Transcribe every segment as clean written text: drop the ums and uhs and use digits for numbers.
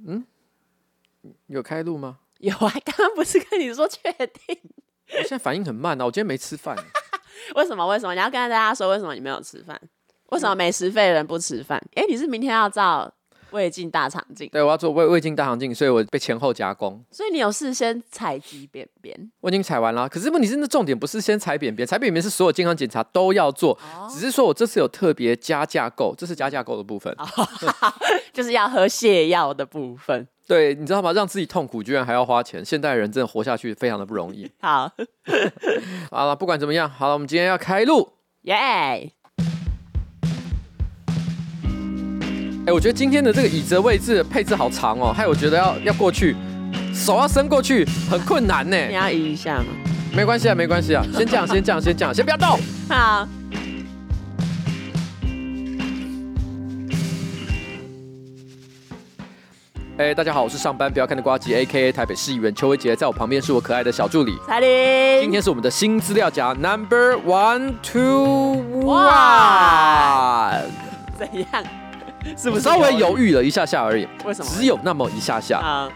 有开录吗？ 有啊，刚刚不是跟你说确定？ 我现在反应很慢啊，我今天没吃饭。 为什么？你要跟大家说为什么你没有吃饭？为什么美食废人不吃饭？你是明天要照胃镜大肠镜？ 对，我要做胃镜大肠镜，所以我被前后夹攻。 所以你有事先采集便便？ 我已经采完了，可是问题是，那重点不是先采便便，采便便是所有健康检查都要做，只是说我这次有特别加价购，这是加价购的部分， 就是要喝泻药的部分。 对，你知道吗？让自己痛苦居然还要花钱，现代人真的活下去非常的不容易。 好， 好了，不管怎么样，好了，我们今天要开录， 耶！ 我觉得今天的这个椅子的位置配置好长哦，害我觉得要过去，手要伸过去很困难呢。 你要移一下吗？ 没关系啊，没关系啊，先这样，先不要动。 好。 大家好，我是上班不要看的呱吉 ，AKA 台北市议员邱威杰，在我旁边是我可爱的小助理彩玲。 今天是我们的新资料夹 No.121， 怎样？是不是稍微犹豫了一下下而已？ 为什么？ 只有那么一下下。 啊。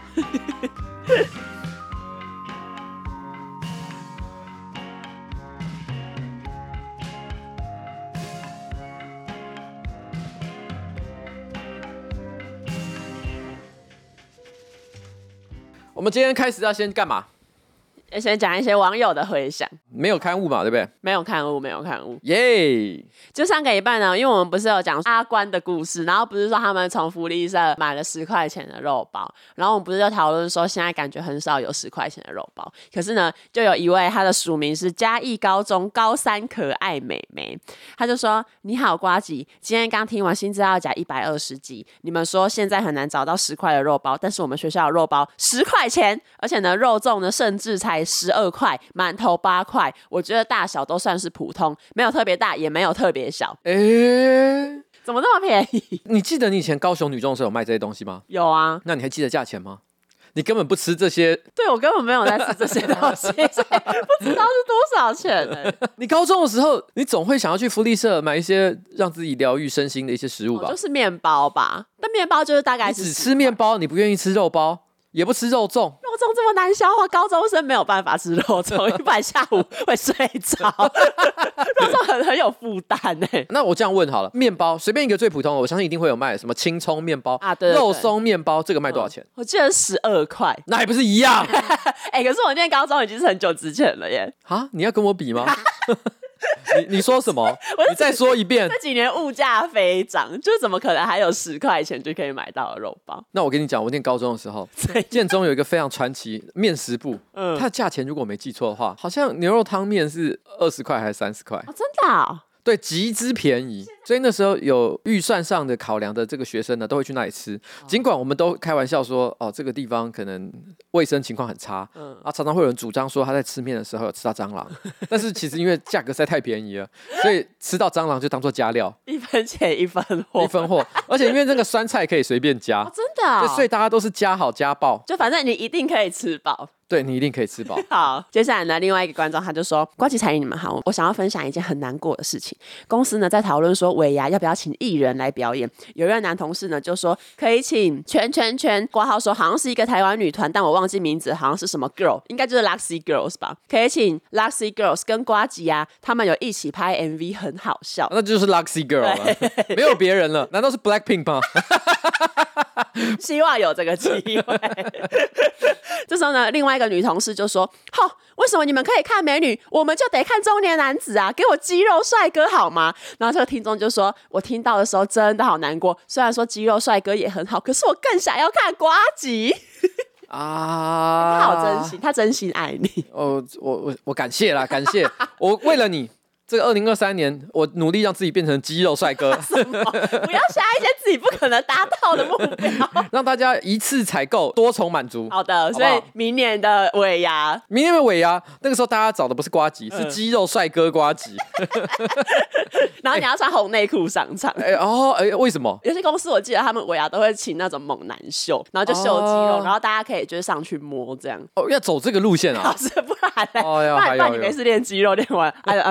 我们今天开始要先干嘛？ 先讲一些网友的回响。 没有刊物嘛，对不对？ 没有刊物。 耶！ 就上个礼拜呢，因为我们不是有讲阿关的故事，然后不是说他们从福利社买了10块钱的肉包，然后我们不是就讨论说现在感觉很少有10块钱的肉包，可是呢，就有一位他的署名是嘉义高中高3可爱美眉，他就说：你好呱吉，今天刚听完新资料夹120集，你们说现在很难找到10块的肉包，但是我们学校的肉包10块钱，而且呢肉粽呢甚至才12块，馒头8块，我觉得大小都算是普通，没有特别大，也没有特别小。怎么那么便宜？ 你记得你以前高雄女中的时候有卖这些东西吗？ 有啊。 那你还记得价钱吗？你根本不吃这些。 对，我根本没有在吃这些东西，所以不知道是多少钱你高中的时候，你总会想要去福利社买一些让自己疗愈身心的一些食物吧？ 就是面包吧，但面包就是大概是你只吃面包，你不愿意吃肉包，也不吃肉粽。 肉粽这么难消化，高中生没有办法吃肉粽，一般下午会睡着。肉粽很有负担那我这样问好了，面包随便一个最普通的，我相信一定会有卖什么青葱面包啊，对， 肉松面包，这个卖多少钱？ 我记得12块。 那还不是一样？ 可是我念高中已经是很久之前了耶。 啊，你要跟我比吗？你说什么？你再说一遍。 这几年物价飞涨，就是怎么可能还有10块钱就可以买到的肉包？ 那我跟你讲，我念高中的时候，建中有一个非常传奇面食部，它的价钱如果我没记错的话，好像牛肉汤面是20块还是30块？ 哦，真的啊？ 对，极之便宜，所以那时候有预算上的考量的这个学生呢，都会去那里吃。尽管我们都开玩笑说，这个地方可能卫生情况很差，常常会有人主张说他在吃面的时候有吃到蟑螂，但是其实因为价格实在太便宜了，所以吃到蟑螂就当做加料，1 分钱1分货 ，1分货。而且因为那个酸菜可以随便加， 真的啊？ 所以大家都是加好加爆， 就反正你一定可以吃饱。 对，你一定可以吃饱。 好，接下来呢，另外一个观众他就说：呱吉彩玲你们好，我想要分享一件很难过的事情。公司呢在讨论说尾牙要不要请艺人来表演，有一位男同事呢就说可以请括号说好像是一个台湾女团，但我忘记名字，好像是什么 girl， 应该就是 Luxy Girls 吧，可以请 Luxy Girls 跟呱吉啊，他们有一起拍 MV， 很好笑。 那就是 Luxy Girl 了，没有别人了。难道是 Blackpink 吗？ 希望有这个机会。这时候呢，另外一个女同事就说：为什么你们可以看美女，我们就得看中年男子啊？给我肌肉帅哥好吗？然后这个听众就说：我听到的时候真的好难过，虽然说肌肉帅哥也很好，可是我更想要看呱吉。他好真心，他真心爱你。 我感谢啦，感谢。我为了你，这个2023年，我努力让自己变成肌肉帅哥。 什么？不要下一些自己不可能达到的目标， 让大家一次采购，多重满足。 好的，所以明年的尾牙， 那个时候大家找的不是呱吉，是肌肉帅哥呱吉。 然后你要穿红内裤上场。 为什么？ 有些公司我记得他们尾牙都会请那种猛男秀，然后就秀肌肉，然后大家可以就是上去摸这样。 要走这个路线啊？ 是不然嘞？不然你没事练肌肉练完，那是要干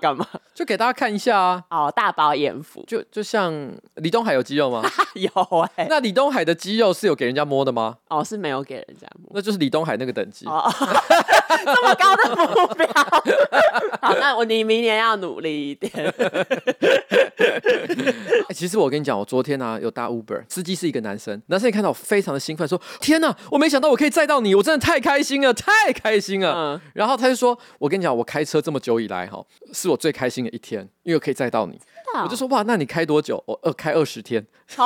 干嘛？ 就给大家看一下啊。 哦，大饱眼福。 就像李东海有肌肉吗？ 有那李东海的肌肉是有给人家摸的吗？ 哦，是没有给人家摸， 那就是李东海那个等级。 这么高的目标。好，那你明年要努力一点。 其实我跟你讲，我昨天有搭 Uber， 司机是一个男生一看到我非常的兴奋，说天哪，我没想到我可以载到你，我真的太开心了，太开心了。然后他就说，我跟你讲，我开车这么久以来是我最开心的一天，因为我可以载到你。我就说哇，那你开多久？我开20天。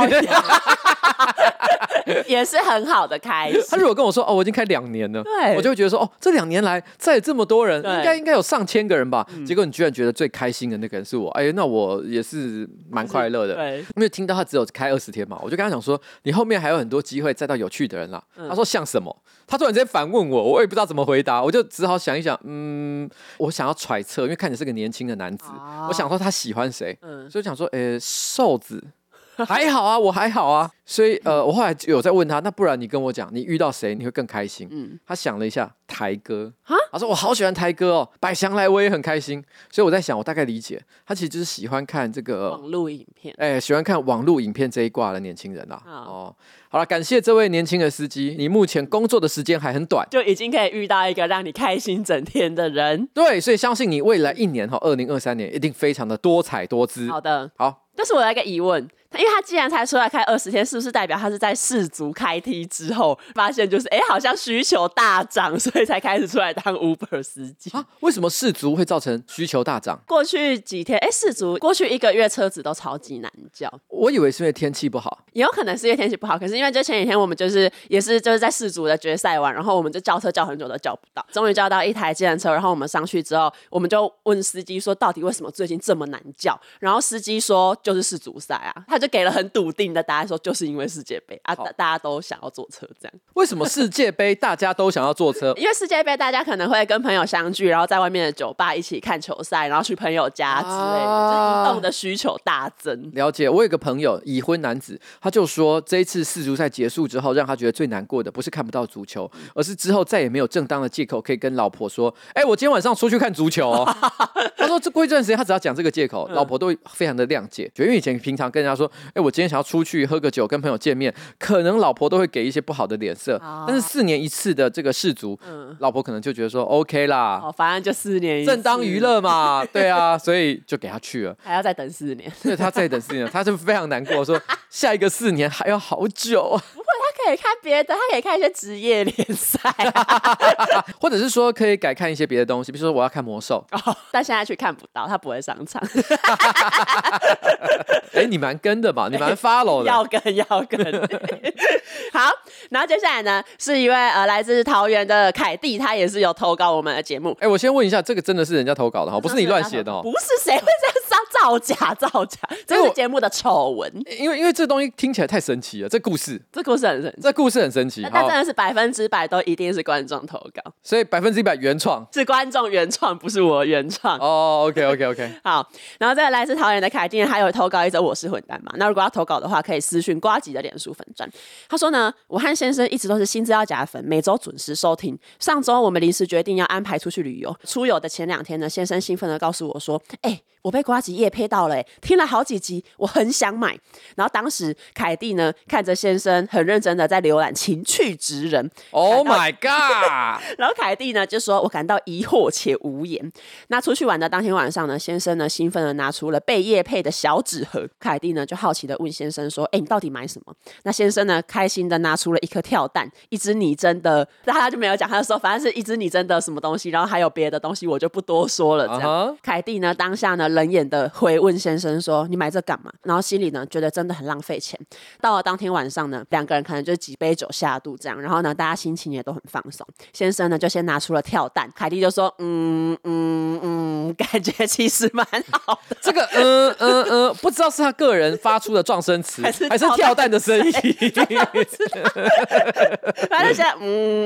也是很好的开始。 他如果跟我说我已经开2年了， 对， 我就会觉得说这2年来载了这么多人，应该有上千个人吧。结果你居然觉得最开心的那个人是我，那我也是蛮快乐的。 对， 因为听到他只有开20天嘛，我就跟他讲说，你后面还有很多机会载到有趣的人啦。他说像什么？他突然之间反问我，我也不知道怎么回答，我就只好想一想，我想要揣测，因为看你是个年轻的男子，我想说他喜欢谁，所以想说，瘦子。还好啊，我还好啊，所以我后来有在问他，那不然你跟我讲，你遇到谁你会更开心？他想了一下，台哥，他说我好喜欢台哥哦，百祥来我也很开心，所以我在想，我大概理解，他其实就是喜欢看这个网络影片， 喜欢看网络影片这一挂的年轻人啦。好了，感谢这位年轻的司机，你目前工作的时间还很短， 就已经可以遇到一个让你开心整天的人。 对，所以相信你未来1年2023年一定非常的多彩多姿。 好的， 好。 但是我有一个疑问，因为他既然才出来开20天，是不是代表他是在世足开踢之后发现就是好像需求大涨，所以才开始出来当 Uber 司机啊？为什么世足会造成需求大涨？ 过去几天世足过去1个月车子都超级难叫， 我以为是因为天气不好， 也有可能是因为天气不好，可是因为就前几天我们也是在世足的决赛完，然后我们就叫车叫很久都叫不到，终于叫到一台计程车，然后我们上去之后，我们就问司机说到底为什么最近这么难叫，然后司机说就是世足赛啊，他就给了很笃定的答案说就是因为世界杯啊，大家都想要坐车这样。 为什么世界杯大家都想要坐车？ 因为世界杯大家可能会跟朋友相聚，然后在外面的酒吧一起看球赛，然后去朋友家之类的，就是移动的需求大增。 了解，我有个朋友已婚男子，他就说这一次世足赛结束之后，让他觉得最难过的不是看不到足球，而是之后再也没有正当的借口可以跟老婆说我今天晚上出去看足球哦。他说过一段时间他只要讲这个借口，老婆都会非常的谅解，因为以前平常跟人家说我今天想要出去喝个酒跟朋友见面，可能老婆都会给一些不好的脸色，但是4年一次的这个世足，老婆可能就觉得说 OK 啦， 反正就4年一次， 正当娱乐嘛。对啊，所以就给他去了， 还要再等4年。 对，他再等4年，他就非常难过，说下一个4年还要好久啊。 不会，他可以看别的，他可以看一些职业联赛或者是说可以改看一些别的东西，比如说我要看魔兽， 但现在去看不到，他不会上场。 你蛮跟的吧，你蛮 follow 的。 要跟好，然后接下来呢是一位来自桃园的凯蒂，他也是有投稿我们的节目。 我先问一下，这个真的是人家投稿的不是你乱写的不是，谁会这样造假，这是节目的丑闻。 因为这东西听起来太神奇了，这故事很神奇， 但真的是100%都一定是观众投稿， 所以100%原创， 是观众原创，不是我原创。 OK 好，然后这个来自桃园的凯蒂，他有投稿一则我是混蛋嘛，那如果要投稿的话，可以私讯呱吉的脸书粉专。他说呢，我和先生一直都是新资料夹粉，每周准时收听。上周我们临时决定要安排出去旅游，出游的前2天呢，先生兴奋的告诉我说，我被呱吉业配到了，听了好几集，我很想买。然后当时凯蒂呢看着先生很认真的在浏览情趣职人 ，Oh my god！ 然后凯蒂呢就说，我感到疑惑且无言。那出去玩的当天晚上呢，先生呢兴奋的拿出了被业配的小纸盒，凯蒂呢就好奇的问先生说，你到底买什么？那先生呢开心的拿出了一颗跳蛋，一支拟真的，但他就没有讲，他就说反正是一支拟真的什么东西，然后还有别的东西我就不多说了这样。凯蒂呢当下呢冷眼的回问先生说，你买这干嘛？然后心里呢觉得真的很浪费钱。到了当天晚上呢，2个人可能就几杯酒下肚这样，然后呢大家心情也都很放松。先生呢就先拿出了跳蛋，凯蒂就说感觉其实蛮好的。 这个不知道是他个人发出的撞声词还是跳蛋的声音。 反正现在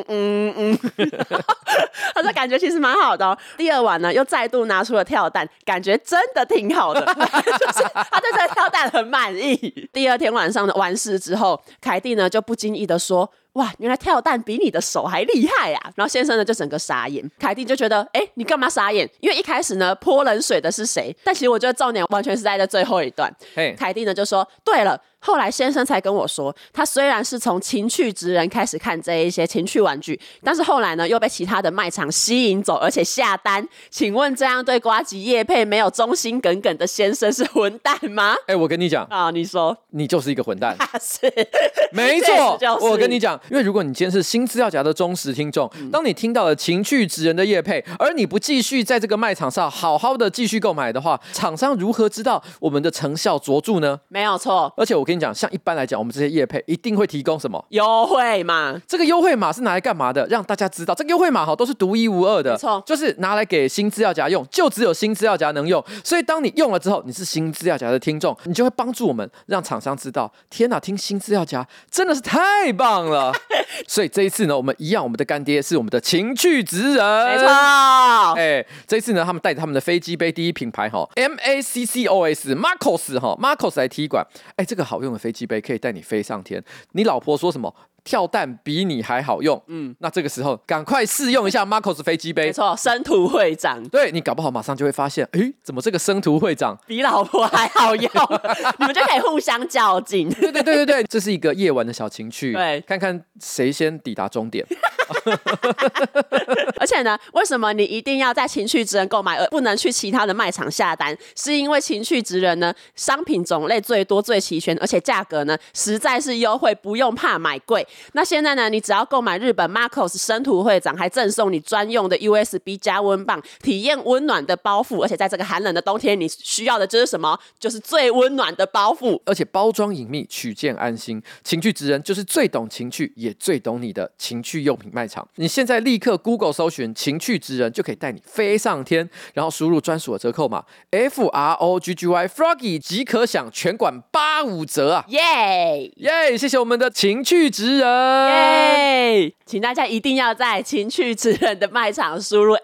他说感觉其实蛮好的第2晚呢又再度拿出了跳蛋，感觉真的挺好的。就是他对这个跳蛋很满意。第2天晚上的完事之后，凯蒂呢就不经意的说， 哇，原来跳蛋比你的手还厉害啊！然后先生呢就整个傻眼，凯蒂就觉得，你干嘛傻眼？因为一开始呢泼冷水的是谁？但其实我觉得重点完全是在这最后一段。凯蒂呢就说，对了。后来先生才跟我说，他虽然是从情趣职人开始看这一些情趣玩具，但是后来呢又被其他的卖场吸引走，而且下单。请问这样对呱吉业配没有忠心耿耿的先生是混蛋吗？ 我跟你讲啊，你说你就是一个混蛋。 是， 没错，我跟你讲，因为如果你今天是新资料夹的忠实听众，当你听到了情趣职人的业配，而你不继续在这个卖场上好好的继续购买的话，厂商如何知道我们的成效卓著呢？ 没有错。 而且我跟你讲，像一般来讲，我们这些业配一定会提供什么优惠码？ 这个优惠码是拿来干嘛的？让大家知道这个优惠码都是独一无二的， 没错， 就是拿来给新资料夹用，就只有新资料夹能用。所以当你用了之后，你是新资料夹的听众，你就会帮助我们，让厂商知道，天哪，听新资料夹真的是太棒了。所以这一次呢，我们的干爹是我们的情趣职人， 没错。 这一次呢，他们带着他们的飞机杯第一品牌MACCOS Marcos 来踢馆。这个好用的飞机杯可以带你飞上天。你老婆说什么？跳蛋比你还好用，那这个时候赶快试用一下 Marcos 飞机杯。 没错，生徒会长， 对，你搞不好马上就会发现，怎么这个生徒会长比老婆还好用？你们就可以互相较劲。 对，这是一个夜晚的小情趣， 对， 看看谁先抵达终点。 而且呢，为什么你一定要在情趣职人购买，而不能去其他的卖场下单？是因为情趣职人呢，商品种类最多、最齐全，而且价格呢实在是优惠，不用怕买贵。那现在呢，你只要购买日本 Marcos 生徒会长，还赠送你专用的 USB 加温棒，体验温暖的包覆。而且在这个寒冷的冬天，你需要的就是什么？就是最温暖的包覆， 而且包装隐秘，取件安心。情趣职人就是最懂情趣，也最懂你的情趣用品卖场。你现在立刻 Google 搜寻情趣职人，就可以带你飞上天，然后输入专属的折扣码 FROGGY Froggy 即可享全馆85折啊！耶！谢谢我们的情趣职人。 请大家一定要在情趣职人的卖场输入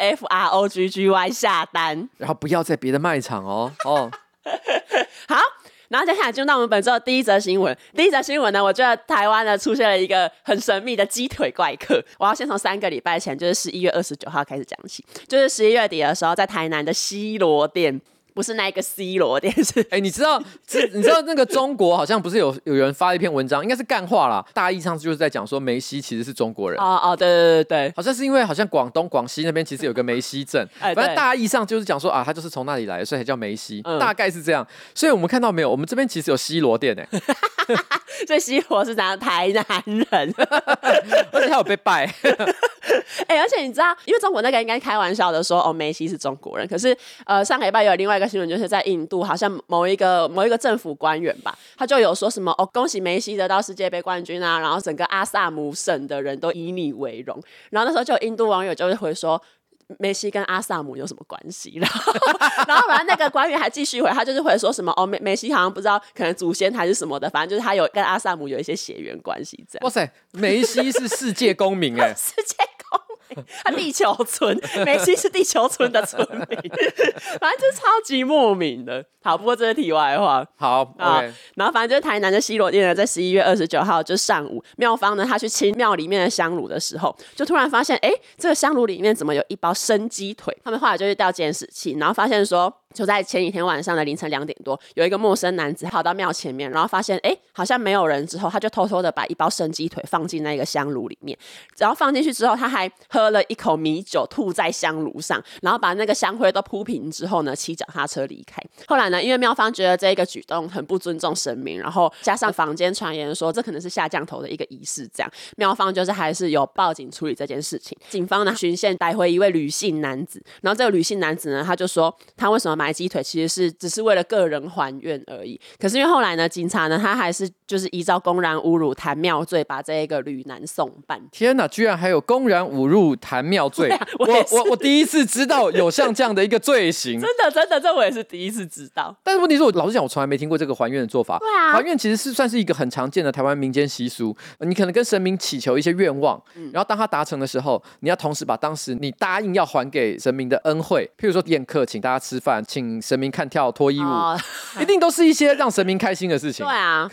FROGGY 下单， 然后不要在别的卖场哦。 好，然后接下来进入到我们本周的第一则新闻。第一则新闻呢，我觉得台湾呢出现了一个很神秘的鸡腿怪客。我要先从3个礼拜前，就是11月29号开始讲起。就是11月底的时候，在台南的西罗店。不是那个 C 罗电视， 你知道那个中国好像不是有人发了一篇文章，应该是干话啦，大意上就是在讲说梅西其实是中国人。 对， 好像是因为好像广东、广西那边其实有个梅西镇，反正大意上就是讲说他就是从那里来的，所以才叫梅西，大概是这样。所以我们看到没有，我们这边其实有 C 罗店所以 C 罗是讲台南人， 而且他有被拜。 而且你知道，因为中国那个应该开玩笑的说梅西是中国人，可是上个礼拜有另外一个新闻，就是在印度，好像某一个政府官员吧，他就有说什么恭喜梅西得到世界杯冠军啊，然后整个阿萨姆省的人都以你为荣。然后那时候就有印度网友就会回说，梅西跟阿萨姆有什么关系？然后反正那个官员还继续回，他就是会说什么梅西好像不知道可能祖先还是什么的，反正就是他有跟阿萨姆有一些血缘关系这样。 哇塞，梅西是世界公民世界公民，他地球村，梅西是地球村的村民，反正就是超级莫名的。好，不过这是题外话。 好，OK。 然后反正就是台南的西罗店呢，在11月29号就上午，妙方呢他去清庙里面的香炉的时候，就突然发现，这个香炉里面怎么有一包生鸡腿？他们后来就去调监视器，然后发现说，就在前几天晚上的凌晨2点多，有一个陌生男子跑到庙前面，然后发现好像没有人之后，他就偷偷的把一包生鸡腿放进那个香炉里面，然后放进去之后，他还喝了一口米酒，吐在香炉上，然后把那个香灰都铺平之后呢，骑脚踏车离开。后来呢，因为庙方觉得这个举动很不尊重神明，然后加上坊间传言说这可能是下降头的一个仪式，这样庙方就是还是有报警处理这件事情。警方呢循线逮回一位吕姓男子，然后这个吕姓男子呢，他就说他为什么买鸡腿其实只是为了个人还愿而已。可是因为后来呢，警察呢他还是就是依照公然侮辱坛庙罪把这个吕男送办。 天哪，居然还有公然侮辱坛庙罪！我第一次知道有像这样的一个罪行。 真的，这我也是第一次知道。 但是问题是我老实讲，我从来没听过这个还愿的做法。 对啊， 还愿其实是算是一个很常见的台湾民间习俗。你可能跟神明祈求一些愿望，然后当他达成的时候，你要同时把当时你答应要还给神明的恩惠，譬如说宴客，请大家吃饭，请神明看跳脱衣舞，一定都是一些让神明开心的事情。 对啊， 可是问题是把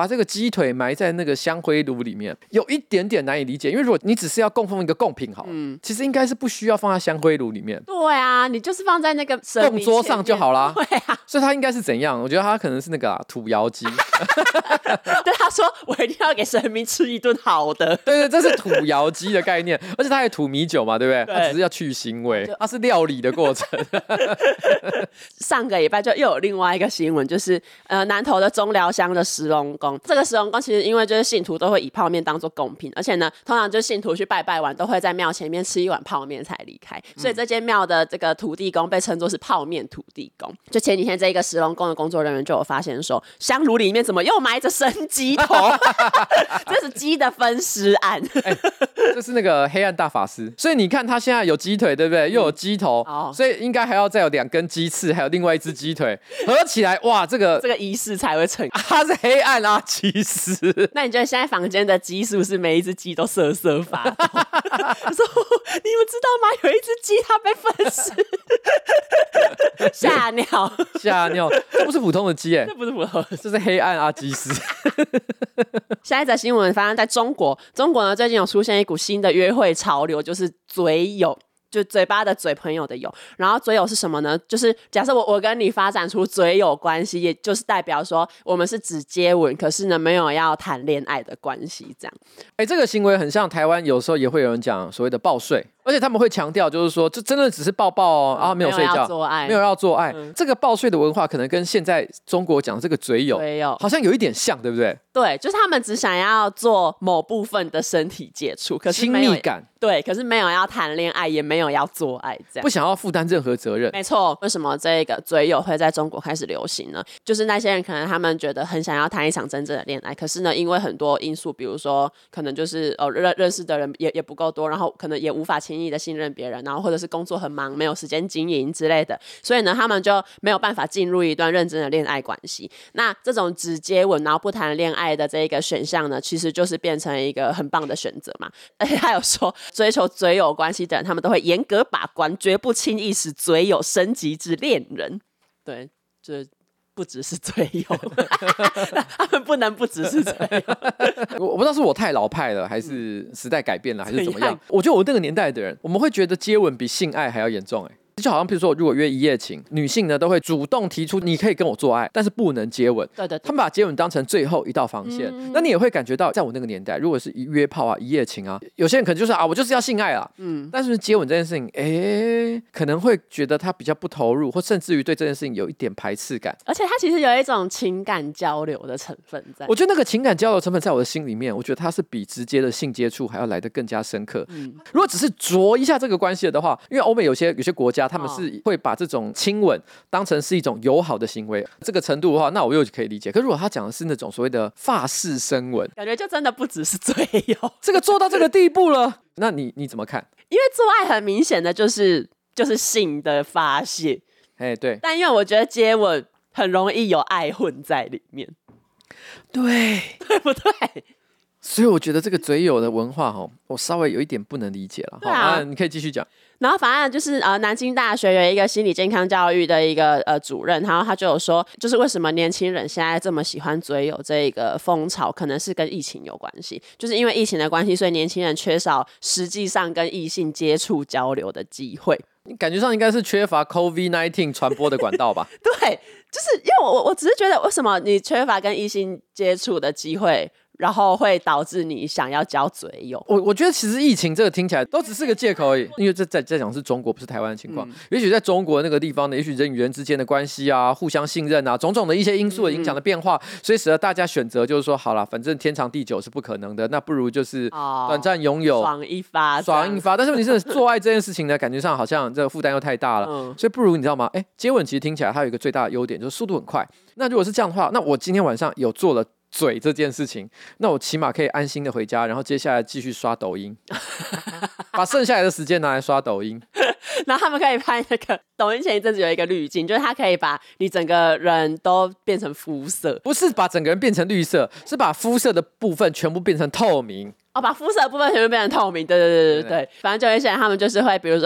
把这个鸡腿埋在那个香灰炉里面，有一点点难以理解。因为如果你只是要供奉一个贡品好了，其实应该是不需要放在香灰炉里面。 对啊，你就是放在那个供桌上就好啦。 对啊， 所以他应该是怎样？我觉得他可能是那个土窑鸡。 对，他说我一定要给神明吃一顿好的。 对，这是土窑鸡的概念，而且他还吐米酒嘛，对不对？他只是要去腥味，它是料理的过程。 上个礼拜就又有另外一个新闻，就是南投的中寮乡的石龙宫。这个石龙宫其实因为就是信徒都会以泡面当做贡品，而且呢，通常就是信徒去拜拜完都会在庙前面吃一碗泡面才离开，所以这间庙的这个土地公被称作是泡面土地公。就前几天这一个石龙宫的工作人员就有发现说，香炉里面怎么又埋着生鸡头？这是鸡的分尸案。 这是那个黑暗大法师，所以你看他现在有鸡腿，对不对？又有鸡头，所以应该还要再有2根鸡翅，还有另外一只鸡腿合起来，哇，这个仪式才会成。 他是黑暗阿基斯。 那你觉得现在房间的鸡是不是每一只鸡都瑟瑟发抖？说你们知道吗？有一只鸡它被分尸，吓尿， 吓尿，这不是普通的鸡这不是普通的， 这是黑暗阿基斯。 下一则新闻发生在中国，中国呢最近有出现一股新的约会潮流，就是嘴友。就嘴巴的嘴，朋友的友。然后嘴友是什么呢？就是假设我跟你发展出嘴友关系，也就是代表说我们是只接吻，可是呢没有要谈恋爱的关系这样。 这个行为很像台湾有时候也会有人讲所谓的抱睡，而且他们会强调就是说这真的只是抱抱哦，然后没有睡觉， 没有要做爱， 没有要做爱。这个抱睡的文化可能跟现在中国讲这个嘴友好像有一点像，对不对？ 对，就是他们只想要做某部分的身体接触，可是亲密感。 对，可是没有要谈恋爱，也没有要做爱，这样不想要负担任何责任。 没错，为什么这个嘴友会在中国开始流行呢？就是那些人可能他们觉得很想要谈一场真正的恋爱，可是呢，因为很多因素，比如说可能就是认识的人也不够多，然后可能也无法轻易的信任别人，然后或者是工作很忙，没有时间经营之类的，所以呢，他们就没有办法进入一段认真的恋爱关系。那这种只接吻然后不谈恋爱的这个选项呢，其实就是变成一个很棒的选择嘛。而且他有说，追求嘴友关系的人，他们都会严格把关，绝不轻易使嘴友升级至恋人。对，就不只是嘴友，他们不能不只是嘴友。 我不知道是我太老派了，还是时代改变了，还是怎么样？我觉得我那个年代的人，我们会觉得接吻比性爱还要严重。就好像比如说，如果约一夜情，女性呢都会主动提出你可以跟我做爱，但是不能接吻。 对， 他们把接吻当成最后一道防线。那你也会感觉到，在我那个年代，如果是约炮啊、一夜情啊，有些人可能就是我就是要性爱啊。但是接吻这件事情，可能会觉得他比较不投入，或甚至于对这件事情有一点排斥感。 而且他其实有一种情感交流的成分在。 我觉得那个情感交流成分在我的心里面，我觉得它是比直接的性接触还要来得更加深刻。如果只是啄一下这个关系的话，因为欧美有些国家他们是会把这种亲吻当成是一种友好的行为，这个程度的话，那我又可以理解。可是如果他讲的是那种所谓的法式深吻， 感觉就真的不只是嘴友， 这个做到这个地步了，那你怎么看？ 因为做爱很明显的就是性的发泄， 对。 但因为我觉得接吻很容易有爱混在里面， 对不对？ 所以我觉得这个嘴友的文化我稍微有一点不能理解了。 对啊， 你可以继续讲。 然后反正就是南京大学有一个心理健康教育的一个主任，然后他就有说，就是为什么年轻人现在这么喜欢嘴友这个风潮，可能是跟疫情有关系，就是因为疫情的关系，所以年轻人缺少实际上跟异性接触交流的机会。 感觉上应该是缺乏 COVID-19 传播的管道吧？ 对，就是因为我只是觉得，为什么你缺乏跟异性接触的机会，然后会导致你想要交嘴友？ 我觉得其实疫情这个听起来都只是个借口而已，因为这在讲是中国，不是台湾的情况。也许在中国那个地方呢，也许人与人之间的关系啊，互相信任啊，种种的一些因素的影响的变化，所以使得大家选择就是说，好了，反正天长地久是不可能的，那不如就是短暂拥有， 爽一发。 但是问题是，做爱这件事情呢，感觉上好像这个负担又太大了，所以不如你知道吗？接吻其实听起来它有一个最大的优点，就是速度很快。那如果是这样的话，那我今天晚上有做了嘴这件事情，那我起码可以安心的回家，然后接下来继续刷抖音，把剩下来的时间拿来刷抖音。 然后他们可以拍那个抖音，前一阵子有一个滤镜，就是它可以把你整个人都变成肤色， 不是把整个人变成绿色，是把肤色的部分全部变成透明。 把肤色的部分全部变成透明。对，反正就有一些人他们就是会，比如说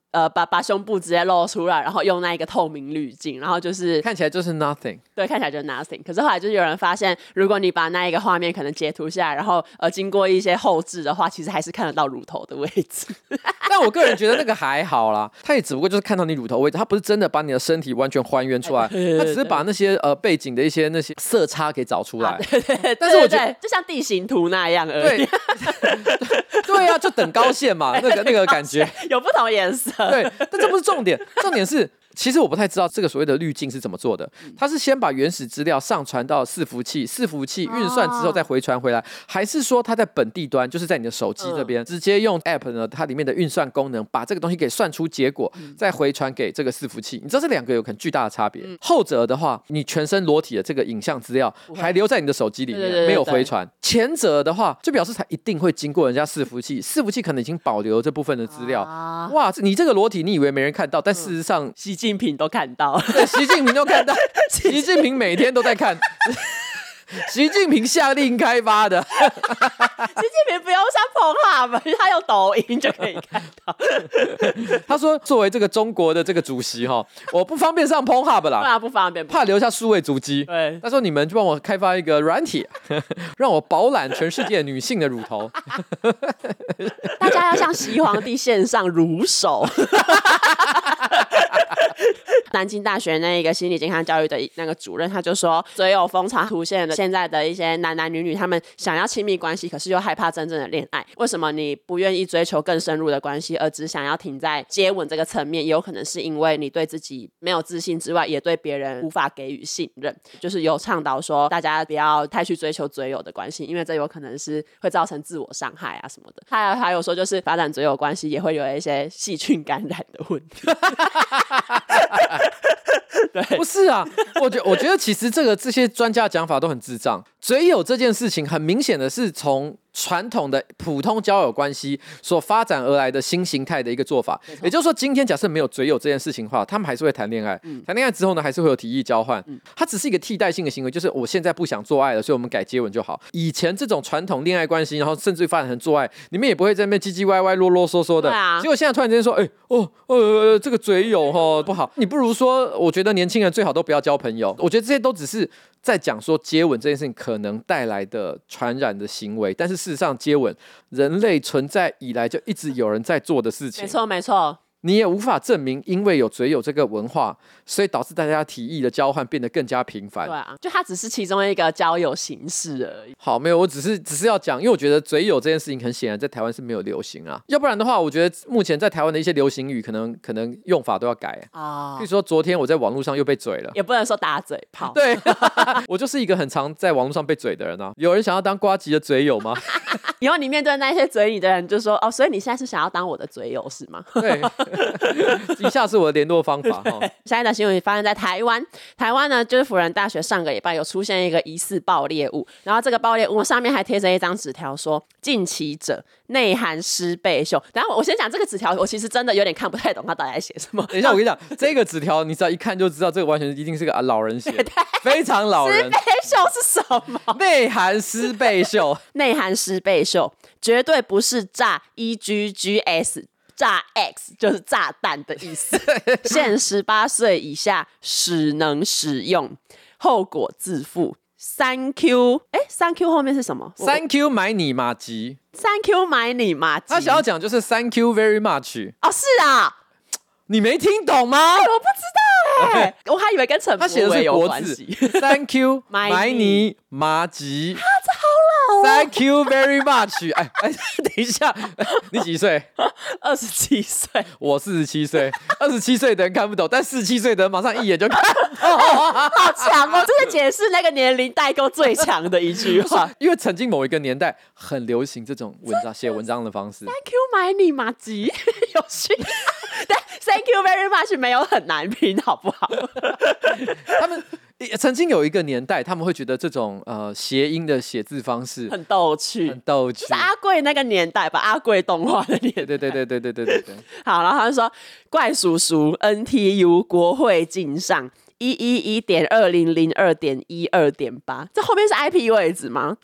把胸部直接露出来，然后用那一个透明滤镜，然后就是看起来就是 nothing。 对，看起来就是 nothing。可是后来就是有人发现，如果你把那一个画面可能截图下来，然后经过一些后置的话，其实还是看得到乳头的位置。 但我个人觉得那个还好啦，他也只不过就是看到你乳头位置，他不是真的把你的身体完全还原出来，他只是把那些背景的一些那些色差给找出来。 对， 但是我觉得就像地形图那样而已。 对啊，就等高线嘛，那个感觉有不同颜色。 对，但这不是重点，重点是。其实我不太知道这个所谓的滤镜是怎么做的，它是先把原始资料上传到伺服器，伺服器运算之后再回传回来，还是说它在本地端，就是在你的手机这边，直接用 App 呢，它里面的运算功能把这个东西给算出结果，再回传给这个伺服器？你知道这两个有很巨大的差别。后者的话，你全身裸体的这个影像资料还留在你的手机里面，没有回传；前者的话，就表示它一定会经过人家伺服器，伺服器可能已经保留这部分的资料。哇，你这个裸体，你以为没人看到，但事实上， 习近平都看到， 对，习近平都看到，习近平每天都在看，习近平下令开发的。习近平不用上Pornhub，他用抖音就可以看到。 他说，作为这个中国的这个主席哈，我不方便上Pornhub啦， 不方便， 怕留下数位足迹。 对， 他说你们就帮我开发一个软体，让我饱览全世界女性的乳头。 大家要向习皇帝献上乳手。南京大学那个心理健康教育的那个主任，他就说，嘴有风潮出现的现在的一些男女，他们想要亲密关系，可是又害怕真正的恋爱。为什么你不愿意追求更深入的关系，而只想要停在接吻这个层面？也有可能是因为你对自己没有自信之外，也对别人无法给予信任。就是有倡导说，大家不要太去追求嘴友的关系，因为这有可能是会造成自我伤害啊什么的。还有说，就是发展嘴友关系也会有一些细菌感染的问题。对， 不是啊，我觉得其实这些专家讲法都很智障。嘴友这件事情，很明显的是从传统的普通交友关系所发展而来的新形态的一个做法。也就是说，今天假设没有嘴友这件事情的话，他们还是会谈恋爱。谈恋爱之后呢，还是会有体液交换。它只是一个替代性的行为，就是我现在不想做爱了，所以我们改接吻就好。以前这种传统恋爱关系，然后甚至发展成做爱，你们也不会在那边唧唧歪歪、啰啰嗦嗦的。结果现在突然间说，这个嘴友不好，你不如说，我觉得年轻人最好都不要交朋友。我觉得这些都只是在讲说接吻这件事情可能带来的传染的行为，但是事实上接吻人类存在以来就一直有人在做的事情。 没错。 你也无法证明，因为有嘴友这个文化，所以导致大家体液的交换变得更加频繁。 对啊，就它只是其中一个交友形式而已。 好，没有，我只是要讲，因为我觉得嘴友这件事情很显然在台湾是没有流行啊。要不然的话，我觉得目前在台湾的一些流行语可能用法都要改啊。比如说昨天我在网络上又被嘴了， 也不能说打嘴炮。 对，我就是一个很常在网络上被嘴的人啊。有人想要当呱吉的嘴友吗？ 以后你面对那些嘴你的人，就说所以你现在是想要当我的嘴友是吗？ 对。以下是我的联络方法。 现在的新闻发生在台湾，台湾呢就是辅仁大学上个礼拜有出现一个疑似爆裂物，然后这个爆裂物上面还贴着一张纸条说近期者内含湿背秀。然后我先讲这个纸条，我其实真的有点看不太懂它到底在写什么。 等一下，我跟你讲，这个纸条你只要一看就知道，这个完全一定是个老人写的，非常老人。 湿背秀是什么？ 内含湿背秀， 内含湿背秀绝对不是炸 EGGS。炸 X 就是炸弹的意思，限18岁以下只能使用，后果自负。3Q， 3Q 后面是什么 ？3Q 买你马吉 ，3Q 买你马吉。 他想要讲就是 Thank you very much。 哦，是啊， 你没听懂吗？ 我不知道我还以为跟陈柏惟有关系。 Thank you 买你马吉。 这好老 Thank you very much。等一下，你几岁 ？27岁。 我47岁。27岁的人看不懂，但47岁的人马上一眼就看懂。 好强哦！这是解释那个年龄代沟最强的一句话。 因为曾经某一个年代很流行这种写文章的方式。 Thank you 买你马吉，有趣。对 ，Thank you very much 没有很难拼，好不好？ 他们曾经有一个年代，他们会觉得这种谐音的写字方式很逗趣， 很逗趣。 就是阿贵那个年代吧，阿贵动画的年代。 对。 好，然后他就说怪叔叔 NTU 国会镜上111.2002.12.8，这后面是 IP 位置吗？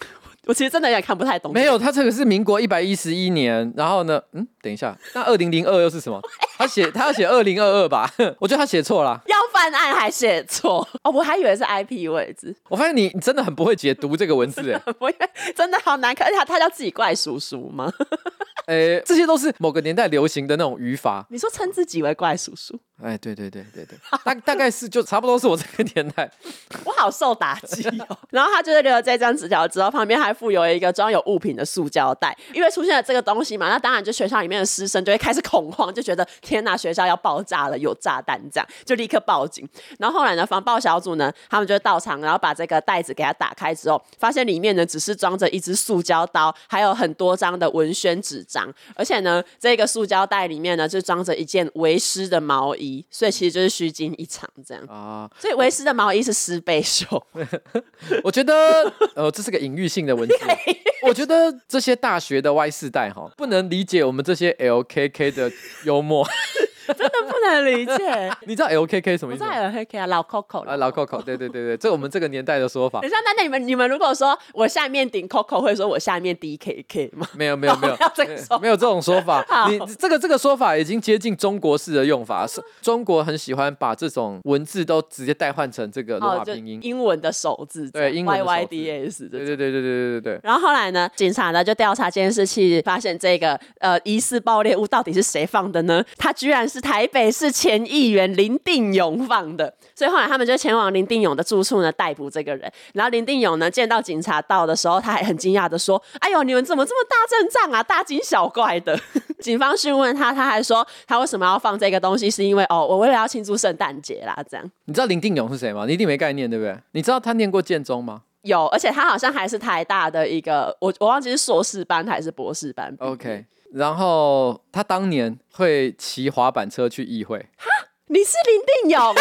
我其实真的有点看不太懂。 没有，他这个是民国111年，然后呢，等一下，那2002又是什么？他要写2022吧？我觉得他写错了。 要犯案还写错哦，我还以为是 IP 位置。 我发现你真的很不会解读这个文字， 我以为真的好难看，而且他叫自己怪叔叔吗？ 这些都是某个年代流行的那种语法。 你说称自己为怪叔叔？ 对，大概是就差不多是我这个年代。 我好受打击哦。然后他就是留了这张纸条之后，旁边还附有一个装有物品的塑胶袋，因为出现了这个东西嘛，那当然就学校里面的师生就会开始恐慌，就觉得天哪，学校要爆炸了，有炸弹这样，就立刻报警。然后后来呢，防爆小组呢，他们就到场，然后把这个袋子给它打开之后，发现里面呢只是装着一支塑胶刀，还有很多张的文宣纸张，而且呢，这个塑胶袋里面呢就装着一件为师的毛衣，所以其实就是虚惊一场这样啊。所以为师的毛衣是师贝袖。 我觉得这是个隐喻性的文字。我觉得这些大学的 Y 世代不能理解我们这些 LKK 的幽默。 真的不能理解。 你知道 LKK 什么意思吗？ 我知道 LKK 啊，老 Coco 老 Coco， 对，这我们这个年代的说法。 等一下，那你们如果说我下面顶 Coco， 会说我下面 DKK 吗？ 没有， 没有这种说法。你这个说法已经接近中国式的用法。中国很喜欢把这种文字都直接代换成这个罗马拼音， 英文的首字， 对，英文的首字 YYDS。 对。 然后后来呢，警察呢就调查监视器，发现这个疑似爆裂物到底是谁放的呢？他居然是台北市前议员林定勇放的，所以后来他们就前往林定勇的住处呢逮捕这个人。然后林定勇呢见到警察到的时候，他还很惊讶的说：“哎呦，你们怎么这么大阵仗啊，大惊小怪的。”警方讯问他，他还说他为什么要放这个东西，是因为我为了要庆祝圣诞节啦。这样， 你知道林定勇是谁吗？你一定没概念，对不对？你知道他念过建中吗？ 有，而且他好像还是台大的一个，我忘记是硕士班还是博士班。 OK。然后他当年会骑滑板车去议会。 哈，你是林定勇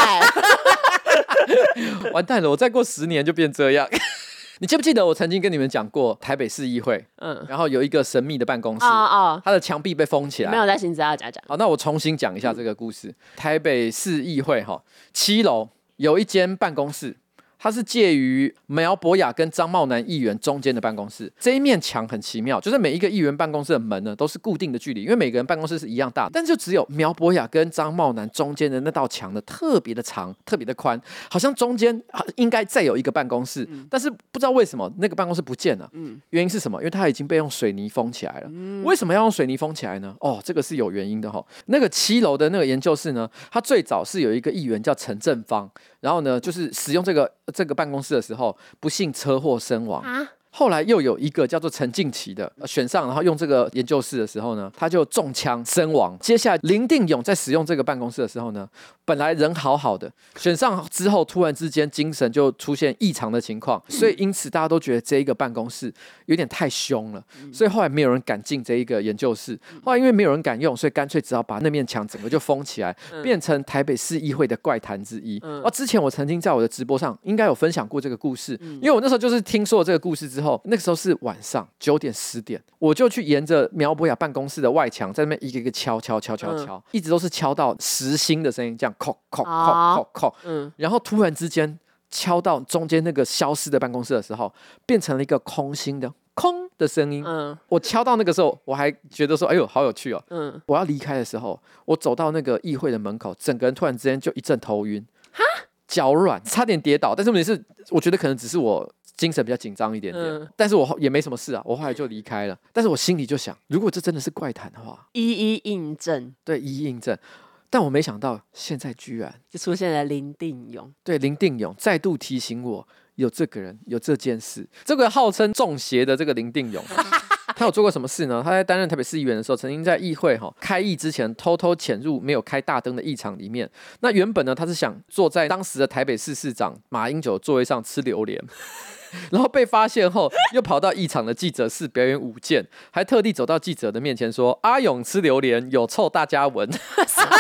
完蛋了，我再过10年就变这样。你记不记得我曾经跟你们讲过台北市议会？然后有一个神秘的办公室，它的墙壁被封起来。 没有在新资料讲。 好，那我重新讲一下这个故事。台北市议会7楼有一间办公室。它是介于苗博雅跟张茂南议员中间的办公室。这一面墙很奇妙，就是每一个议员办公室的门呢都是固定的距离，因为每个人办公室是一样大，但是就只有苗博雅跟张茂南中间的那道墙呢特别的长，特别的宽，好像中间应该再有一个办公室，但是不知道为什么那个办公室不见了。原因是什么？因为它已经被用水泥封起来了。为什么要用水泥封起来呢？这个是有原因的。那个7楼的那个研究室呢，它最早是有一个议员叫陈正芳，然后呢就是使用这个办公室的时候不幸车祸身亡。后来又有一个叫做陈静琪的选上，然后用这个研究室的时候呢，他就中枪身亡。接下来林定勇在使用这个办公室的时候呢，本来人好好的，选上之后突然之间精神就出现异常的情况，所以因此大家都觉得这一个办公室有点太凶了，所以后来没有人敢进这一个研究室。后来因为没有人敢用，所以干脆只好把那面墙整个就封起来，变成台北市议会的怪谈之一。之前我曾经在我的直播上应该有分享过这个故事，因为我那时候就是听说了这个故事之后，那个时候是晚上9点10点，我就去沿着苗博雅办公室的外墙在那边一个一个敲，一直都是敲到实心的声音，这样叩叩叩叩叩，然后突然之间敲到中间那个消失的办公室的时候，变成了一个空心的空的声音。我敲到那个时候，我还觉得说，哎呦，好有趣哦。我要离开的时候，我走到那个议会的门口，整个人突然之间就一阵头晕，脚软，差点跌倒。但是问题是，我觉得可能只是我精神比较紧张一点点，但是我也没什么事啊，我后来就离开了。但是我心里就想，如果这真的是怪谈的话， 一一印证。 对，一一印证。但我没想到，现在居然就出现了林定勇。 对，林定勇再度提醒我，有这个人，有这件事。这个号称中邪的这个林定勇，他有做过什么事呢？他在担任台北市议员的时候，曾经在议会开议之前偷偷潜入没有开大灯的议场里面。那原本呢，他是想坐在当时的台北市市长马英九的座位上吃榴莲。然后被发现后，又跑到议场的记者室表演舞剑，还特地走到记者的面前说：“阿勇吃榴莲有臭，大家闻。”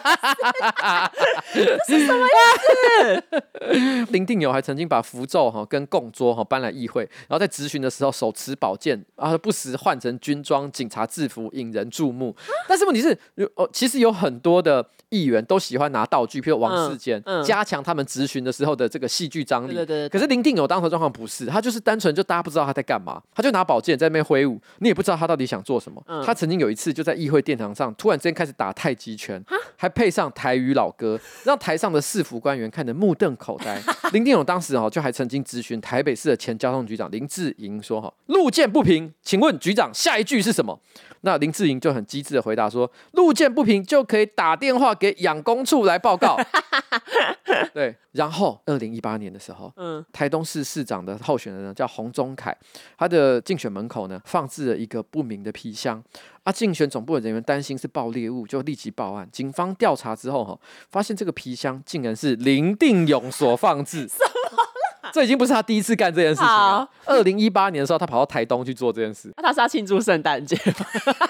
这是什么意思？ 林定友还曾经把符咒跟供桌搬来议会，然后在质询的时候手持宝剑，然后不时换成军装、警察制服引人注目。但是问题是，其实有很多的议员都喜欢拿道具，譬如王世坚，加强他们质询的时候的这个戏剧张力。 对。 可是林定友当时的状况不是，他就是单纯就大家不知道他在干嘛，他就拿宝剑在那边挥舞，你也不知道他到底想做什么。他曾经有一次就在议会殿堂上突然之间开始打太极拳，还配上台语老歌，让台上的市府官员看得目瞪口呆。林定友当时就还曾经质询台北市的前交通局长林志颖说：“路见不平，请问局长下一句是什么？”那林志颖就很机智的回答说：“路见不平就可以打电话给养工处来报告。”对，然后2018年的时候，台东市市长的候选人呢叫洪宗凯，他的竞选门口呢放置了一个不明的皮箱。竞选总部的人员担心是爆猎物，就立即报案。警方调查之后，发现这个皮箱竟然是林定勇所放置。什么啦？这已经不是他第一次干这件事情了。2018年的时候，他跑到台东去做这件事。 他是要庆祝圣诞节吗？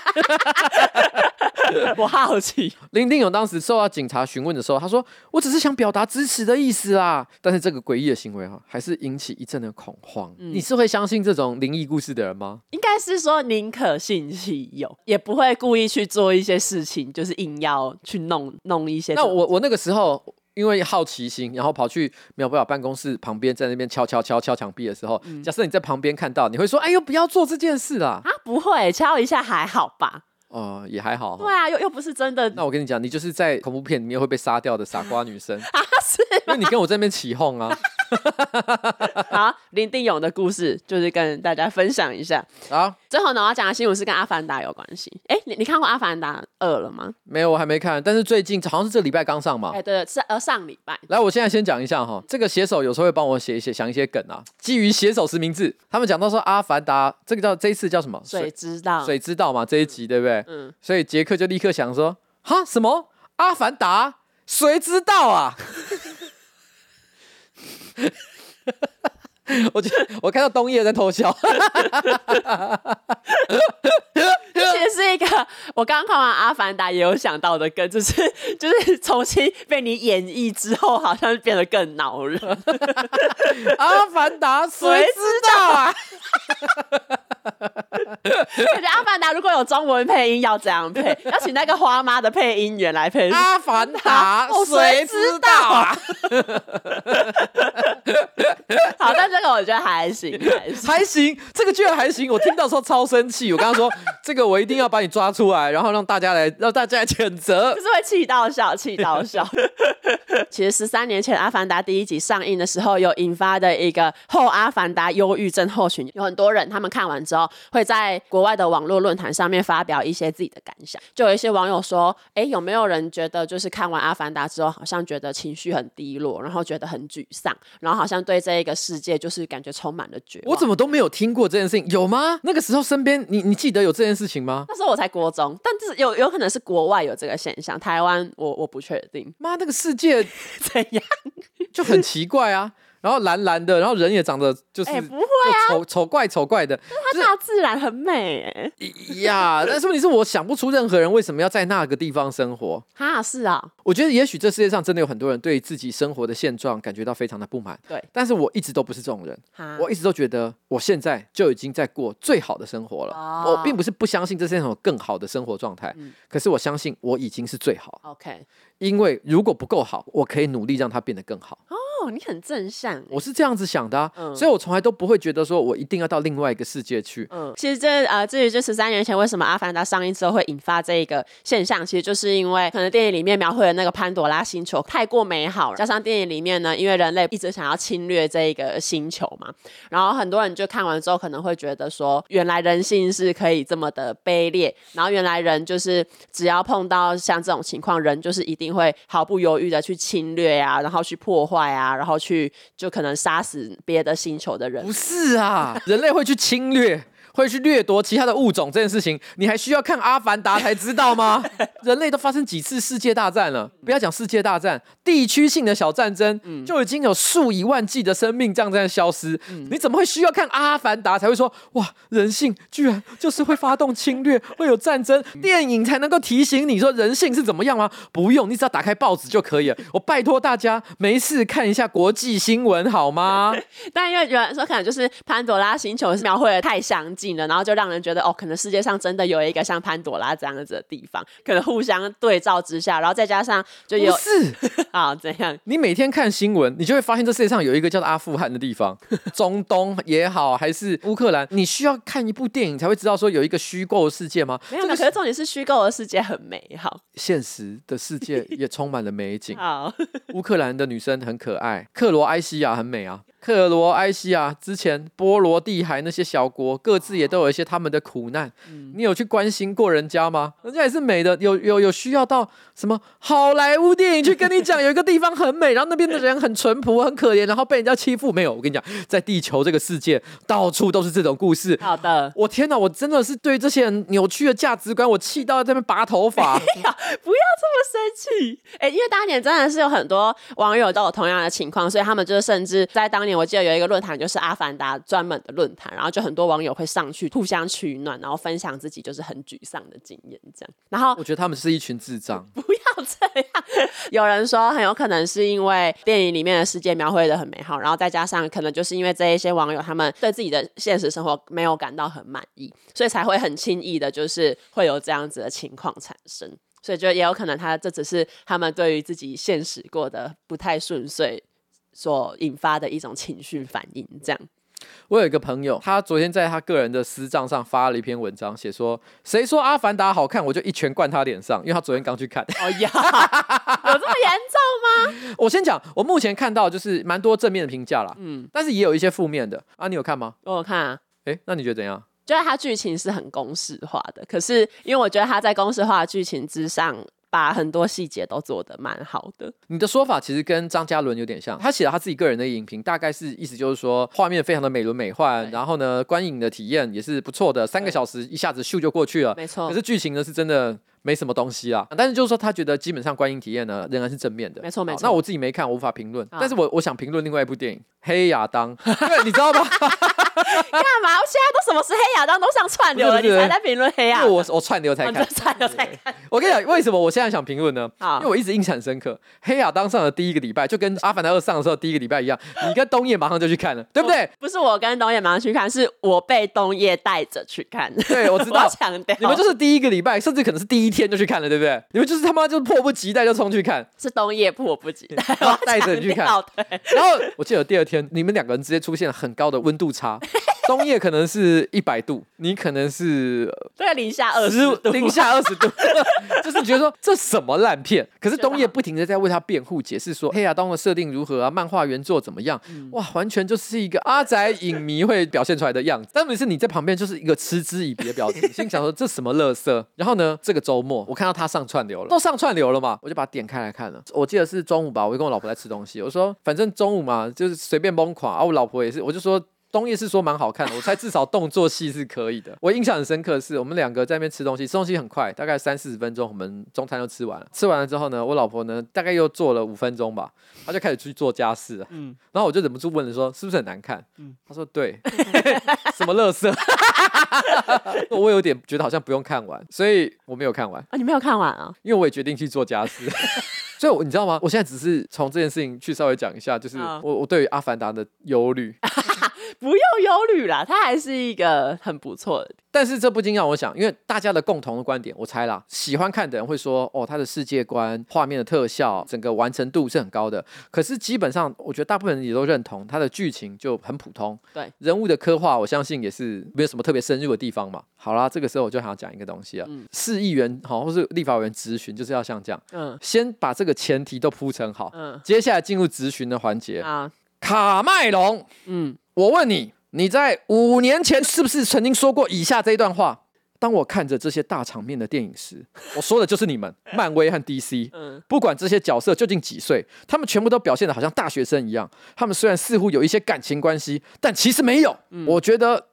我好奇， 林定勇当时受到警察询问的时候，他说：“我只是想表达支持的意思啦。”但是这个诡异的行为还是引起一阵的恐慌。你是会相信这种灵异故事的人吗？ 应该是说宁可信其有，也不会故意去做一些事情，就是硬要去弄一些。 那我那个时候因为好奇心，然后跑去苗博雅办公室旁边，在那边敲墙壁的时候，假设你在旁边看到，你会说：“哎呦，不要做这件事啦！” 不会，敲一下还好吧。 也还好。 对啊，又不是真的。 那我跟你讲，你就是在恐怖片里面会被杀掉的傻瓜女生是因为你跟我在那边起哄啊。 好，林定勇的故事就是跟大家分享一下。 好， 最后呢，我要讲的新闻是跟《阿凡达》有关系。你看过《阿凡达2》了吗？ 没有，我还没看。但是最近好像是这礼拜刚上嘛。 对，是上礼拜。 来，我现在先讲一下这个写手有时候会帮我想一些梗啊。基于写手实名制，他们讲到说《阿凡达》这一次叫什么？ 水之道。 水之道嘛，这一集对不对？所以杰克就立刻想说：哈，什么阿凡达？谁知道啊？我看到东叶在偷笑。 这其实是一个我刚看完《阿凡达》也有想到的梗，就是重新被你演绎之后，好像变得更恼人。 阿凡达谁知道啊？ 感觉《阿凡达》如果有中文配音要这样配，要请那个花妈的配音员来配。 阿凡达谁知道啊？ 好，但这个我觉得还行， 这个居然还行。我听到说超生气，我跟他说这个我一定要把你抓出来，然后让大家来谴责， 就是会气到笑。其实13年前《阿凡达》第1集上映的时候，有引发的一个后阿凡达忧郁症候群，有很多人他们看完之后会在国外的网络论坛上面发表一些自己的感想。就有一些网友说，有没有人觉得就是看完《阿凡达》之后，好像觉得情绪很低落，然后觉得很沮丧，然后好像对这一个世界就是感觉充满了绝望。 我怎么都没有听过这件事情，有吗？那个时候身边你记得有这件事情吗？ 那时候我才国中，但是有可能是国外有这个现象，台湾我不确定。 妈，那个世界怎样就很奇怪啊。然后蓝蓝的，然后人也长得就是不会啊， 丑怪的， 它大自然很美呀。但是问题是我想不出任何人为什么要在那个地方生活是啊。 我觉得也许这世界上真的有很多人对自己生活的现状感觉到非常的不满， 对。 但是我一直都不是这种人，我一直都觉得我现在就已经在过最好的生活了。我并不是不相信这世界上有更好的生活状态，可是我相信我已经是最好。 OK， 因为如果不够好，我可以努力让它变得更好。 你很正向。 我是这样子想的啊，所以我从来都不会觉得说我一定要到另外一个世界去。 其实至于这13年前为什么《阿凡达》上映之后会引发这个现象，其实就是因为可能电影里面描绘的那个潘朵拉星球太过美好了，加上电影里面呢，因为人类一直想要侵略这一个星球嘛，然后很多人就看完之后可能会觉得说，原来人性是可以这么的卑劣，然后原来人就是只要碰到像这种情况，人就是一定会毫不犹豫的去侵略啊，然后去破坏啊，然后去就可能杀死别的星球的人。 不是啊，人类会去侵略会去掠夺其他的物种这件事情，你还需要看《阿凡达》才知道吗？人类都发生几次世界大战了，不要讲世界大战，地区性的小战争就已经有数以万计的生命这样在消失，你怎么会需要看《阿凡达》才会说哇，人性居然就是会发动侵略，会有战争？电影才能够提醒你说人性是怎么样吗？不用，你只要打开报纸就可以了。我拜托大家没事看一下国际新闻好吗？ 但因为有人说可能就是潘朵拉星球描绘的太详尽了，然后就让人觉得哦，可能世界上真的有一个像潘朵拉这样子的地方，可能互相对照之下，然后再加上就有不是好怎样？ 你每天看新闻，你就会发现这世界上有一个叫做阿富汗的地方，中东也好，还是乌克兰，你需要看一部电影才会知道说有一个虚构的世界吗？ 没有，可是重点是虚构的世界很美好， 现实的世界也充满了美景。 好， 乌克兰的女生很可爱，克罗埃西亚很美啊。克罗埃西亚之前波罗的海那些小国各自也都有一些他们的苦难，你有去关心过人家吗？人家也是美的，有需要到什么好莱坞电影去跟你讲有一个地方很美，然后那边的人很淳朴很可怜，然后被人家欺负？没有，我跟你讲，在地球这个世界到处都是这种故事。 好的， 我天哪，我真的是对这些人扭曲的价值观我气到在那边拔头发。 不要这么生气，因为当年真的是有很多网友都有同样的情况，所以他们就是甚至在当年我记得有一个论坛就是阿凡达专门的论坛，然后就很多网友会上去互相取暖，然后分享自己就是很沮丧的经验这样。然后我觉得他们是一群智障， 不要这样。有人说很有可能是因为电影里面的世界描绘的很美好，然后再加上可能就是因为这一些网友他们对自己的现实生活没有感到很满意，所以才会很轻易的就是会有这样子的情况产生。所以就也有可能这只是他们对于自己现实过得不太顺遂所引发的一种情绪反应这样。 我有一个朋友，他昨天在他个人的私账上发了一篇文章，写说谁说阿凡达好看我就一拳灌他脸上，因为他昨天刚去看。 哦呀，有这么严重吗？ 我先讲，我目前看到就是蛮多正面的评价啦，但是也有一些负面的啊，你有看吗？ 我有看啊。 那你觉得怎样？ 就是它剧情是很公式化的，可是因为我觉得它在公式化的剧情之上，把很多细节都做得蛮好的。 你的说法其实跟张嘉伦有点像，他写了他自己个人的影评，大概是意思就是说画面非常的美轮美奂，然后呢观影的体验也是不错的，3个小时一下子咻就过去了。 没错。 可是剧情呢是真的没什么东西啦，但是就是说他觉得基本上观影体验呢仍然是正面的。 没错没错。 那我自己没看，我无法评论，但是我想评论另外一部电影《黑亚当》，对，你知道吗？ 干嘛？现在都什么是黑亚当都上串流了，你才在评论黑亚当？ 我串流才看， 串流才看。 我跟你讲，为什么我现在想评论呢？因为我一直印象深刻，黑亚当上的第一个礼拜就跟阿凡达2上的时候第一个礼拜一样，你跟东野马上就去看了，对不对？ 不是我跟东野马上去看，是我被东野带着去看。 对，我知道。 我强调， 你们就是第一个礼拜，甚至可能是第一天就去看了，对不对？你们就是他妈就迫不及待就冲去看。 是东野迫不及待， 带着你去看。然后我记得第2天，你们2个人直接出现了很高的温度差。东野可能是100度，你可能是对零下20度， 零下20度，就是觉得说这什么烂片。可是东野不停的在为他辩护，解释说黑亚当的设定如何啊，漫画原作怎么样，哇，完全就是一个阿宅影迷会表现出来的样子。但每次你在旁边就是一个嗤之以鼻的表情，心想说这什么垃圾。然后呢，这个周末我看到他上串流了，都上串流了嘛，我就把它点开来看了。我记得是中午吧，我就跟我老婆在吃东西，我说反正中午嘛，就是随便疯狂啊。我老婆也是，我就说。东野是说蛮好看的，我猜至少动作戏是可以的。我印象很深刻的是，我们2个在那边吃东西，吃东西很快，大概30-40分钟，我们中餐就吃完了。吃完了之后呢，我老婆呢大概又做了5分钟吧，她就开始去做家事了。然后我就忍不住问了说，是不是很难看？她说对，什么垃圾？我有点觉得好像不用看完，所以我没有看完。 啊，你没有看完啊？ 因为我也决定去做家事。所以你知道吗？我现在只是从这件事情去稍微讲一下，就是我对于阿凡达的忧虑。 不用忧虑啦，它还是一个很不错的。 但是这不禁让我想，因为大家的共同的观点，我猜啦，喜欢看的人会说，哦，它的世界观、画面的特效、整个完成度是很高的。可是基本上，我觉得大部分人也都认同，它的剧情就很普通。 对， 人物的刻画，我相信也是没有什么特别深入的地方嘛。好啦，这个时候我就想要讲一个东西啊，市议员或是立法委员质询，就是要像这样，先把这个前提都铺陈好，接下来进入质询的环节啊。卡麦隆，我问你，你在5年前是不是曾经说过以下这一段话？当我看着这些大场面的电影时，我说的就是你们，漫威和 DC。不管这些角色究竟几岁，他们全部都表现得好像大学生一样。他们虽然似乎有一些感情关系，但其实没有。我觉得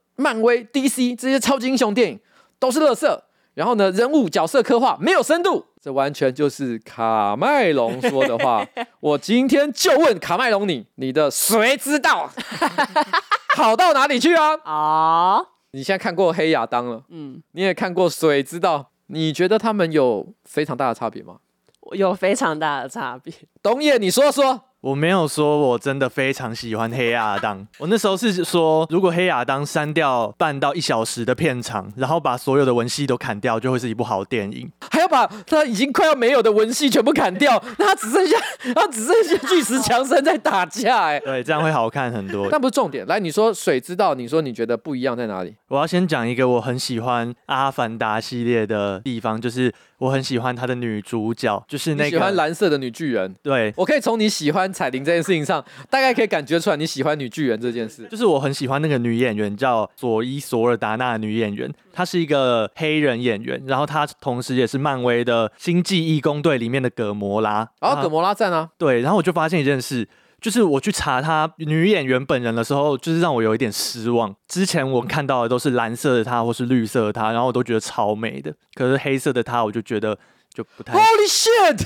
漫威、DC 这些超级英雄电影都是垃圾，然后呢，人物角色刻画没有深度，这完全就是卡麦隆说的话。我今天就问卡麦隆你的谁知道好到哪里去啊？ 哦， 你现在看过黑亚当了，你也看过水知道，你觉得他们有非常大的差别吗？ 有非常大的差别。 东野，你说说。 我没有说我真的非常喜欢黑亚当，我那时候是说，如果黑亚当删掉半到1小时的片长，然后把所有的文戏都砍掉，就会是一部好电影。 还要把他已经快要没有的文戏全部砍掉，那他只剩下巨石强森在打架， 对，这样会好看很多。 那不是重点。来，你说水知道，你说你觉得不一样在哪里？ 我要先讲一个我很喜欢阿凡达系列的地方，就是我很喜欢他的女主角，就是那个你喜欢蓝色的女巨人。 对， 我可以从你喜欢彩铃这件事情上，大概可以感觉出来你喜欢女巨人这件事。 就是我很喜欢那个女演员，叫佐伊·索尔达纳的女演员，她是一个黑人演员，然后她同时也是漫威的星际义工队里面的葛摩拉。 葛摩拉赞啊。 对，然后我就发现一件事。就是我去查她女演员本人的时候，就是让我有一点失望。之前我看到的都是蓝色的她或是绿色的她，然后我都觉得超美的。可是黑色的她，我就觉得就不太。 Holy shit！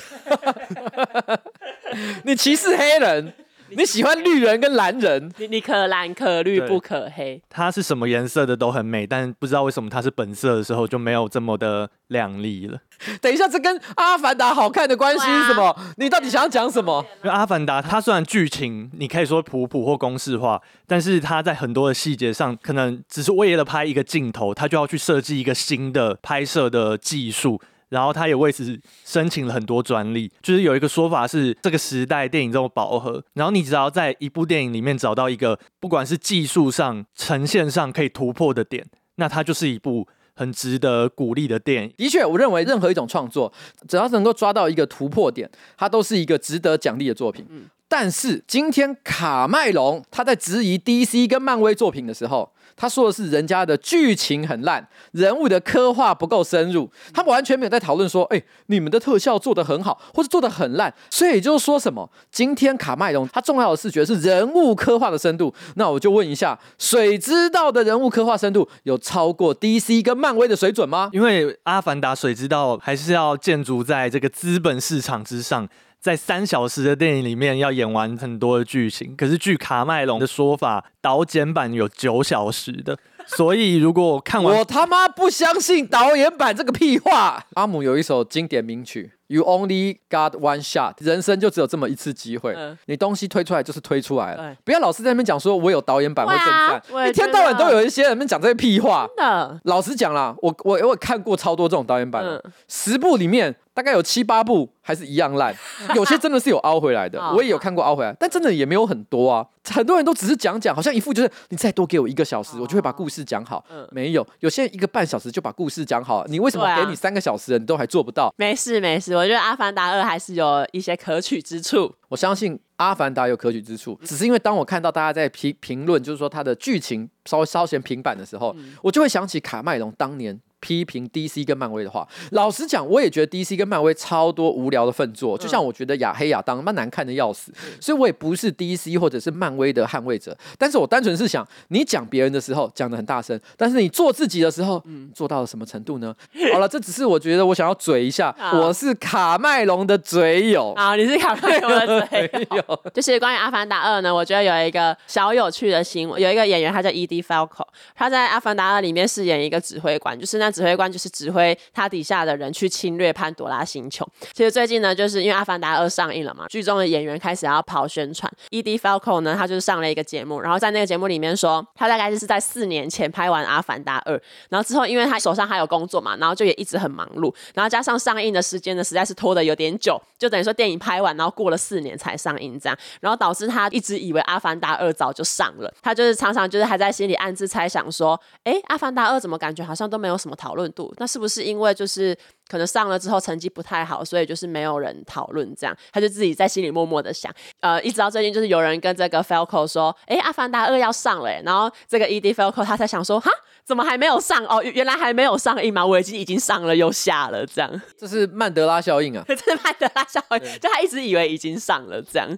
你歧视黑人？你喜欢绿人跟蓝人？ 你可蓝可绿不可黑。 它是什么颜色的都很美，但不知道为什么它是本色的时候就没有这么的亮丽了。 等一下，这跟阿凡达好看的关系是什么？你到底想要讲什么？ 因为阿凡达它虽然剧情你可以说普或公式化，但是它在很多的细节上，可能只是为了拍一个镜头，它就要去设计一个新的拍摄的技术。然后他也为此申请了很多专利，就是有一个说法是这个时代电影这么饱和，然后你只要在一部电影里面找到一个不管是技术上呈现上可以突破的点，那它就是一部很值得鼓励的电影。 的确，我认为任何一种创作只要能够抓到一个突破点，它都是一个值得奖励的作品。但是今天卡麦隆他在质疑 DC 跟漫威作品的时候，他说的是人家的剧情很烂，人物的刻画不够深入，他们完全没有在讨论说，你们的特效做得很好，或者做得很烂。所以也就是说什么，今天卡麦隆他重要的视觉是人物刻画的深度。那我就问一下，水知道的人物刻画深度有超过 DC 跟漫威的水准吗？ 因为阿凡达水知道还是要建筑在这个资本市场之上，在3小时的电影里面要演完很多的剧情，可是据卡麦隆的说法，导剪版有9小时的，所以如果我看完， 我他妈不相信导演版这个屁话。阿姆有一首经典名曲 You only got one shot， 人生就只有这么一次机会，你东西推出来就是推出来了，不要老是在那边讲说我有导演版会更赞，一天到晚都有一些人在那边讲这些屁话。 真的， 老实讲啦，我有看过超多这种导演版的，10部里面大概有7、8部还是一样烂，有些真的是有凹回来的，我也有看过凹回来，但真的也没有很多啊。很多人都只是讲，好像一副就是你再多给我1个小时，我就会把故事讲好。没有，有些人1个半小时就把故事讲好了，你为什么给你3个小时，你都还做不到？ 没事，我觉得《阿凡达2》还是有一些可取之处。 我相信《阿凡达》有可取之处，只是因为当我看到大家在评论，就是说它的剧情稍嫌平板的时候，我就会想起卡麦隆当年批评 DC 跟漫威的话。老实讲，我也觉得 DC 跟漫威超多无聊的粪作，就像我觉得黑亚当难看的要死，所以我也不是 DC 或者是漫威的捍卫者。但是我单纯是想，你讲别人的时候讲得很大声，但是你做自己的时候，做到了什么程度呢？好了，这只是我觉得我想要嘴一下，我是卡麦隆的嘴友啊，你是卡麦隆的嘴友。就是关于《阿凡达2》呢，我觉得有一个小有趣的新闻，有一个演员他叫 Edie Falco， 他在《阿凡达2》里面饰演一个指挥官，就是那指挥官就是指挥他底下的人去侵略潘多拉星球。其实最近呢，就是因为《阿凡达2》上映了嘛，剧中的演员开始要跑宣传。Edie Falco 呢，他就是上了一个节目，然后在那个节目里面说，他大概就是在4年前拍完《阿凡达2》，然后之后因为他手上还有工作嘛，然后就也一直很忙碌，然后加上上映的时间呢，实在是拖得有点久，就等于说电影拍完，然后过了4年才上映这样，然后导致他一直以为《阿凡达2》早就上了，他就是常常就是还在心里暗自猜想说，《阿凡达2》怎么感觉好像都没有什么讨论度？那是不是因为就是可能上了之后成绩不太好，所以就是没有人讨论这样？他就自己在心里默默的想，一直到最近就是有人跟这个 Falco 说，阿凡达2要上了，然后这个 Edie Falco 他才想说，哈，怎么还没有上？哦，原来还没有上映吗？我已经上了又下了这样。 这是曼德拉效应啊！ 这是曼德拉效应，就他一直以为已经上了这样。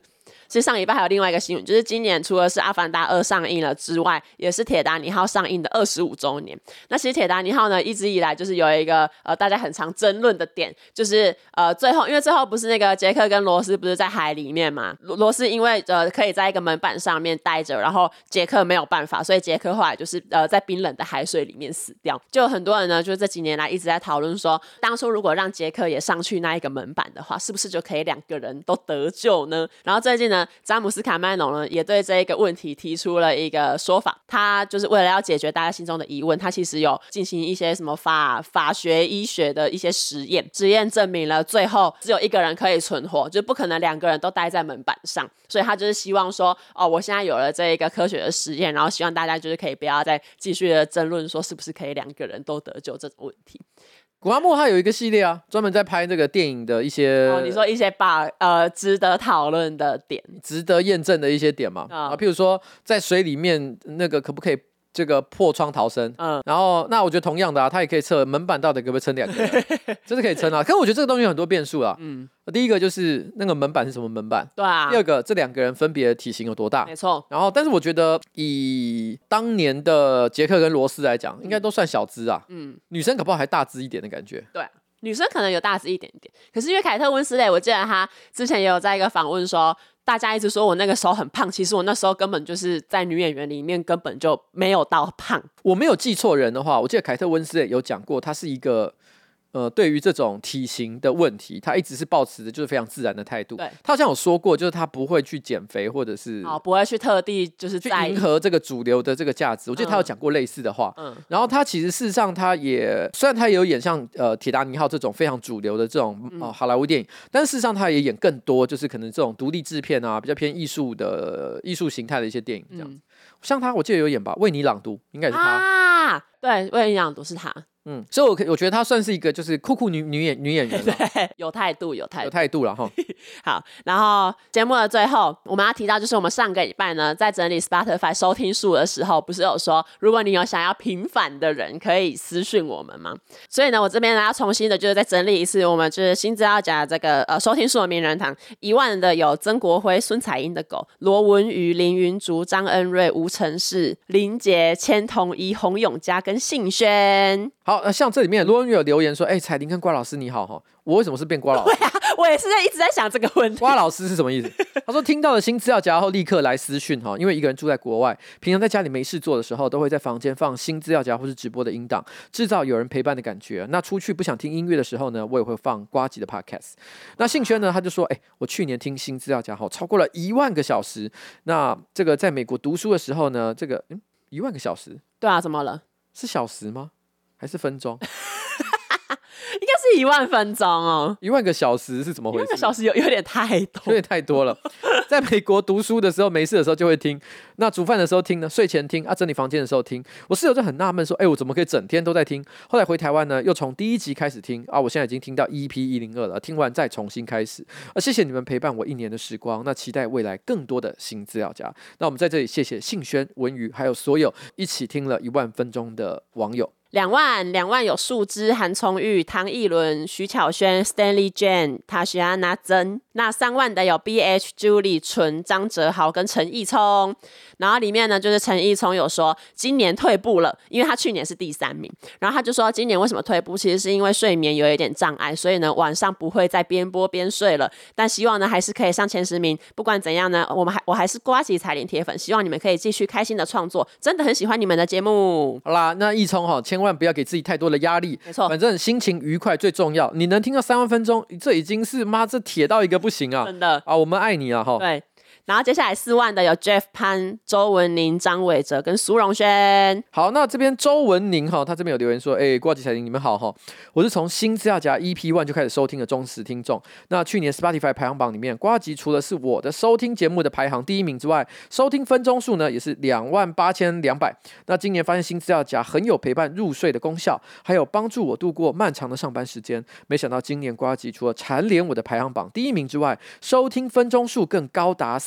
其实上礼拜还有另外一个新闻，就是今年除了是《阿凡达2》上映了之外，也是《铁达尼号》上映的25周年。那其实《铁达尼号》呢，一直以来就是有一个大家很常争论的点，就是最后因为最后不是那个杰克跟罗斯不是在海里面嘛，罗斯因为可以在一个门板上面待着，然后杰克没有办法，所以杰克后来就是在冰冷的海水里面死掉。就有很多人呢，就是这几年来一直在讨论说，当初如果让杰克也上去那一个门板的话，是不是就可以2个人都得救呢？然后最近呢，詹姆斯卡麦隆呢也对这一个问题提出了一个说法，他就是为了要解决大家心中的疑问，他其实有进行一些什么法学医学的一些实验证明了最后只有1个人可以存活，就不可能2个人都待在门板上，所以他就是希望说我现在有了这一个科学的实验，然后希望大家就是可以不要再继续的争论说是不是可以2个人都得救这种问题。 古阿莫他有一个系列啊，专门在拍这个电影的一些你说一些值得讨论的点， 值得验证的一些点嘛譬如说在水里面那个可不可以这个破窗逃生，然后那我觉得同样的他也可以测门板到底可不可以撑2个人，真的可以撑啊。可是我觉得这个东西有很多变数啊。第一个就是那个门板是什么门板， 对啊。 第二个这2个人分别的体型有多大， 没错。 然后但是我觉得以当年的杰克跟罗斯来讲，应该都算小只啊。女生搞不好还大只一点的感觉。 对啊。女生可能有大只一点点，可是因为凯特温斯蕾，我记得她之前也有在一个访问说，大家一直说我那个时候很胖，其实我那时候根本就是在女演员里面根本就没有到胖。 我没有记错人的话，我记得凯特温斯蕾有讲过，她是一个对于这种体型的问题，他一直是抱持的就是非常自然的态度。 对， 他好像有说过，就是他不会去减肥，或者是不会去特地就是去迎合这个主流的这个价值。我记得他有讲过类似的话。然后他其实事实上他也虽然他也有演像铁达尼号这种非常主流的这种好莱坞电影，但是事实上他也演更多就是可能这种独立制片啊，比较偏艺术形态的一些电影这样子。像他我记得有演吧，维尼朗读应该也是他啊，对，维尼朗读是他。 所以我觉得她算是一个就是酷女演员了， 对，有态度了哈。 好，然后节目的最后我们要提到，就是我们上个礼拜呢在整理 Spotify 收听数的时候，不是有说如果你有想要平反的人可以私讯我们吗？所以呢我这边呢要重新的就是再整理一次，我们就是新资料夹这个收听数的名人堂，1万的有曾国辉、孙彩英的狗、罗文瑜、林云竹、张恩瑞、吴承仕、林杰、千桐一、洪永嘉跟信轩。 好，像这里面罗文宇有留言说，彩玲跟瓜老师你好，我为什么是变瓜老师？ 对啊，我也是一直在想这个问题。 瓜老师是什么意思？他说听到了新资料夹后立刻来私讯因为一个人住在国外，平常在家里没事做的时候，都会在房间放新资料夹或是直播的音档，制造有人陪伴的感觉。那出去不想听音乐的时候呢，我也会放呱吉的 podcast。那信轩呢，他就说，我去年听新资料夹后超过了1万个小时。那这个在美国读书的时候呢，这个1万个小时， 对啊，怎么了？ 是小时吗？还是分钟？ 应该是1万分钟哦。 1万个小时是怎么回事？1万个小时有点太多， 有点太多了。在美国读书的时候，没事的时候就会听；那煮饭的时候听呢，睡前听整理房间的时候听。我室友就很纳闷说：“我怎么可以整天都在听？”后来回台湾呢，又从第1集开始听我现在已经听到 EP102了，听完再重新开始。谢谢你们陪伴我1年的时光，那期待未来更多的新资料夹。那我们在这里谢谢信轩、文瑜，还有所有一起听了1万分钟的网友。 2万有树枝、韩聪玉、汤奕伦、徐巧轩、Stanley Jane、塔西安娜珍。那3万的有 BH、Julie、纯、张哲豪跟陈义聪。然后里面呢，就是陈义聪有说今年退步了，因为他去年是第3名。然后他就说今年为什么退步，其实是因为睡眠有一点障碍，所以呢晚上不会再边播边睡了。但希望呢还是可以上前10名。不管怎样呢，我还是呱吉彩铃铁粉，希望你们可以继续开心的创作，真的很喜欢你们的节目。 好啦，那义聪千万不要给自己太多的压力， 没错， 反正心情愉快最重要。你能听到3万分钟，这已经是这铁到一个不行啊！ 真的我们爱你啊！ 对。然后接下来4万的有 Jeff 潘、周文宁、张伟哲跟苏荣轩。 好，那这边周文宁他这边有留言说，呱吉彩铃你们好我是从新资料夹 EP1 就开始收听的忠实听众。那去年 Spotify 排行榜里面，呱吉除了是我的收听节目的排行第1名之外，收听分钟数呢也是28200。那今年发现新资料夹很有陪伴入睡的功效，还有帮助我度过漫长的上班时间。没想到今年呱吉除了蝉联我的排行榜第1名之外，收听分钟数更高达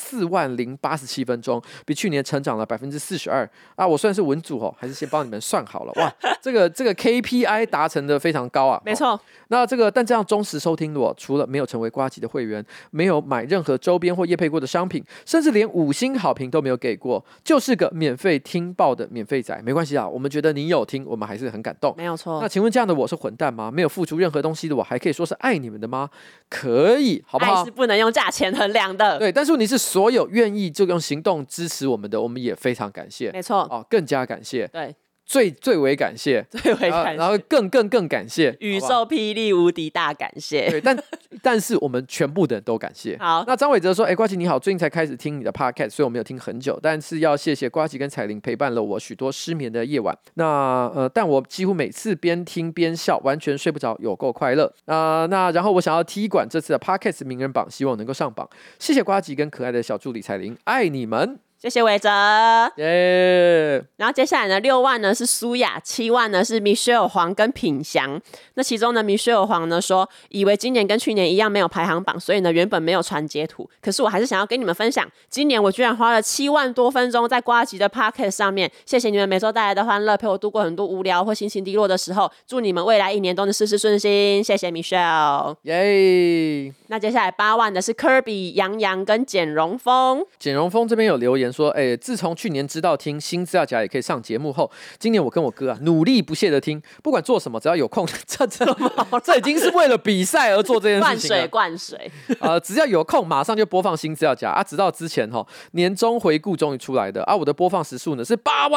40087分钟，比去年成长了42%啊！我算是文组还是先帮你们算好了哇，这个 KPI 达成的非常高啊， 没错。 那但这样忠实收听的我，除了没有成为呱吉的会员，没有买任何周边或业配过的商品，甚至连5星好评都没有给过，就是个免费听爆的免费仔。没关系啊，我们觉得你有听，我们还是很感动。 没有错。 那请问这样的我是混蛋吗？没有付出任何东西的我，还可以说是爱你们的吗？可以，好不好？ 爱是不能用价钱衡量的。 对，但是你是所有愿意就用行动支持我们的，我们也非常感谢。 没错。 更加感谢。 对。 最为感谢， 最为感谢， 然后更感谢， 宇宙霹雳无敌大感谢。 对，但是我们全部的人都感谢。 好， 那张伟哲说：“呱吉你好，最近才开始听你的 podcast， 所以我没有听很久，但是要谢谢呱吉跟彩玲陪伴了我许多失眠的夜晚。但我几乎每次边听边笑，完全睡不着，有够快乐。然后我想要踢馆这次的 podcast 名人榜，希望能够上榜。谢谢呱吉跟可爱的小助理彩玲，爱你们。” 谢谢伟哲，然后接下来呢，6万呢是苏雅，7万呢是 Michelle 黄跟品祥。那其中呢 ，Michelle 黄呢说，以为今年跟去年一样没有排行榜，所以呢原本没有传截图。可是我还是想要跟你们分享，今年我居然花了7万多分钟在呱吉的 Podcast 上面。谢谢你们每周带来的欢乐，陪我度过很多无聊或心情低落的时候。祝你们未来1年都能事事顺心。谢谢 Michelle。那接下来8万的是 Kirby、杨洋跟简荣峰。 简荣峰这边有留言说，自从去年知道听新资料夹也可以上节目后，今年我跟我哥努力不懈的听，不管做什么，只要有空，这已经是为了比赛而做这件事情了。 灌水， 只要有空，马上就播放新资料夹啊！直到之前年终回顾终于出来的啊，我的播放时数呢是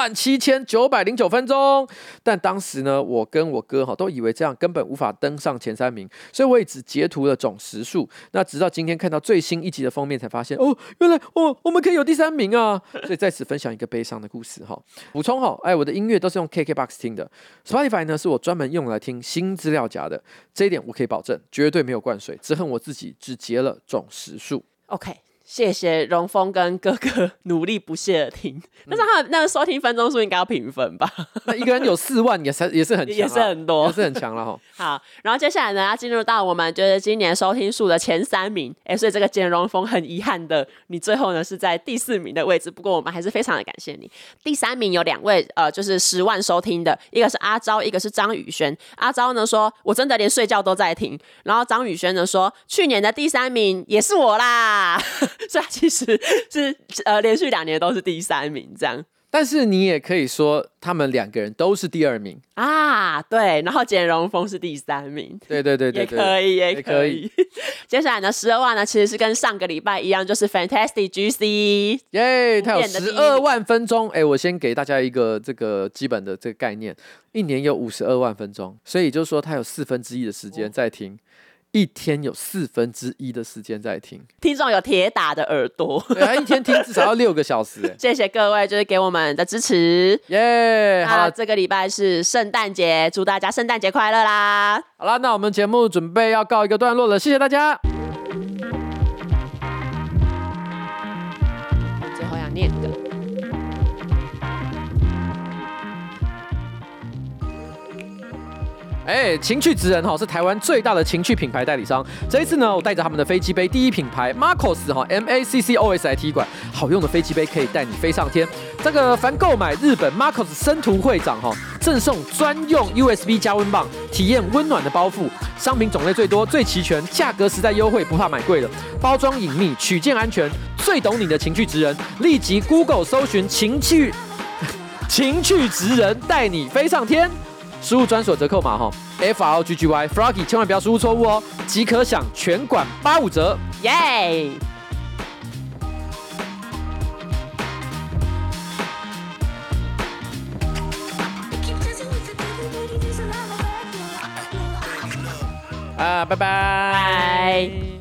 87909分钟，但当时呢，我跟我哥都以为这样根本无法登上前3名，所以我也只截图了总时数。那直到今天看到最新一集的封面，才发现原来我们可以有第3名啊！所以在此分享一个悲伤的故事补充我的音乐都是用 KKBOX 听的 ，Spotify 呢是我专门用来听新资料夹的，这一点我可以保证，绝对没有灌水，只恨我自己只截了总时数。 OK。谢谢荣峰跟哥哥努力不懈的听，但是他们那个收听分钟数应该要平分吧？ 那一个人有4万也是很强， 也是很多， 也是很强了好，然后接下来呢，要进入到我们就是今年收听数的前3名，所以这个简荣峰很遗憾的，你最后呢是在第4名的位置，不过我们还是非常的感谢你。第3名有2位，就是10万收听的，一个是阿昭，一个是张宇轩。阿昭呢说，我真的连睡觉都在听，然后张宇轩呢说，去年的第3名也是我啦。所以他其实是连续2年都是第3名这样。 但是你也可以说他们2个人都是第2名啊，对，然后简荣峰是第3名， 对， 也可以。接下来呢，12万呢其实是跟上个礼拜一样，就是 Fantastic GC， 耶，他有12万分钟。我先给大家一个这个基本的这个概念，一年有52万分钟，所以就是说他有1/4的时间在听。一天有1/4的时间在听， 听众有铁打的耳朵， 对啊，一天听至少要6个小时。 谢谢各位，就是给我们的支持， 耶！好， 这个礼拜是圣诞节，祝大家圣诞节快乐啦！ 好啦，那我们节目准备要告一个段落了，谢谢大家。 最后要念的。 情趣职人是台湾最大的情趣品牌代理商。这一次呢，我带着他们的飞机杯第一品牌 Maccos MACCOS 来踢馆，好用的飞机杯可以带你飞上天。这个凡购买日本 Maccos 生图会长赠送专用 USB 加温棒，体验温暖的包覆。商品种类最多、最齐全，价格实在优惠，不怕买贵了。包装隐秘，取件安全，最懂你的情趣职人。立即 Google 搜寻情趣职人，带你飞上天。输入专属折扣码FROGGY Froggy， 千万不要输入错误哦，即可享全馆85折， 耶！ 拜拜。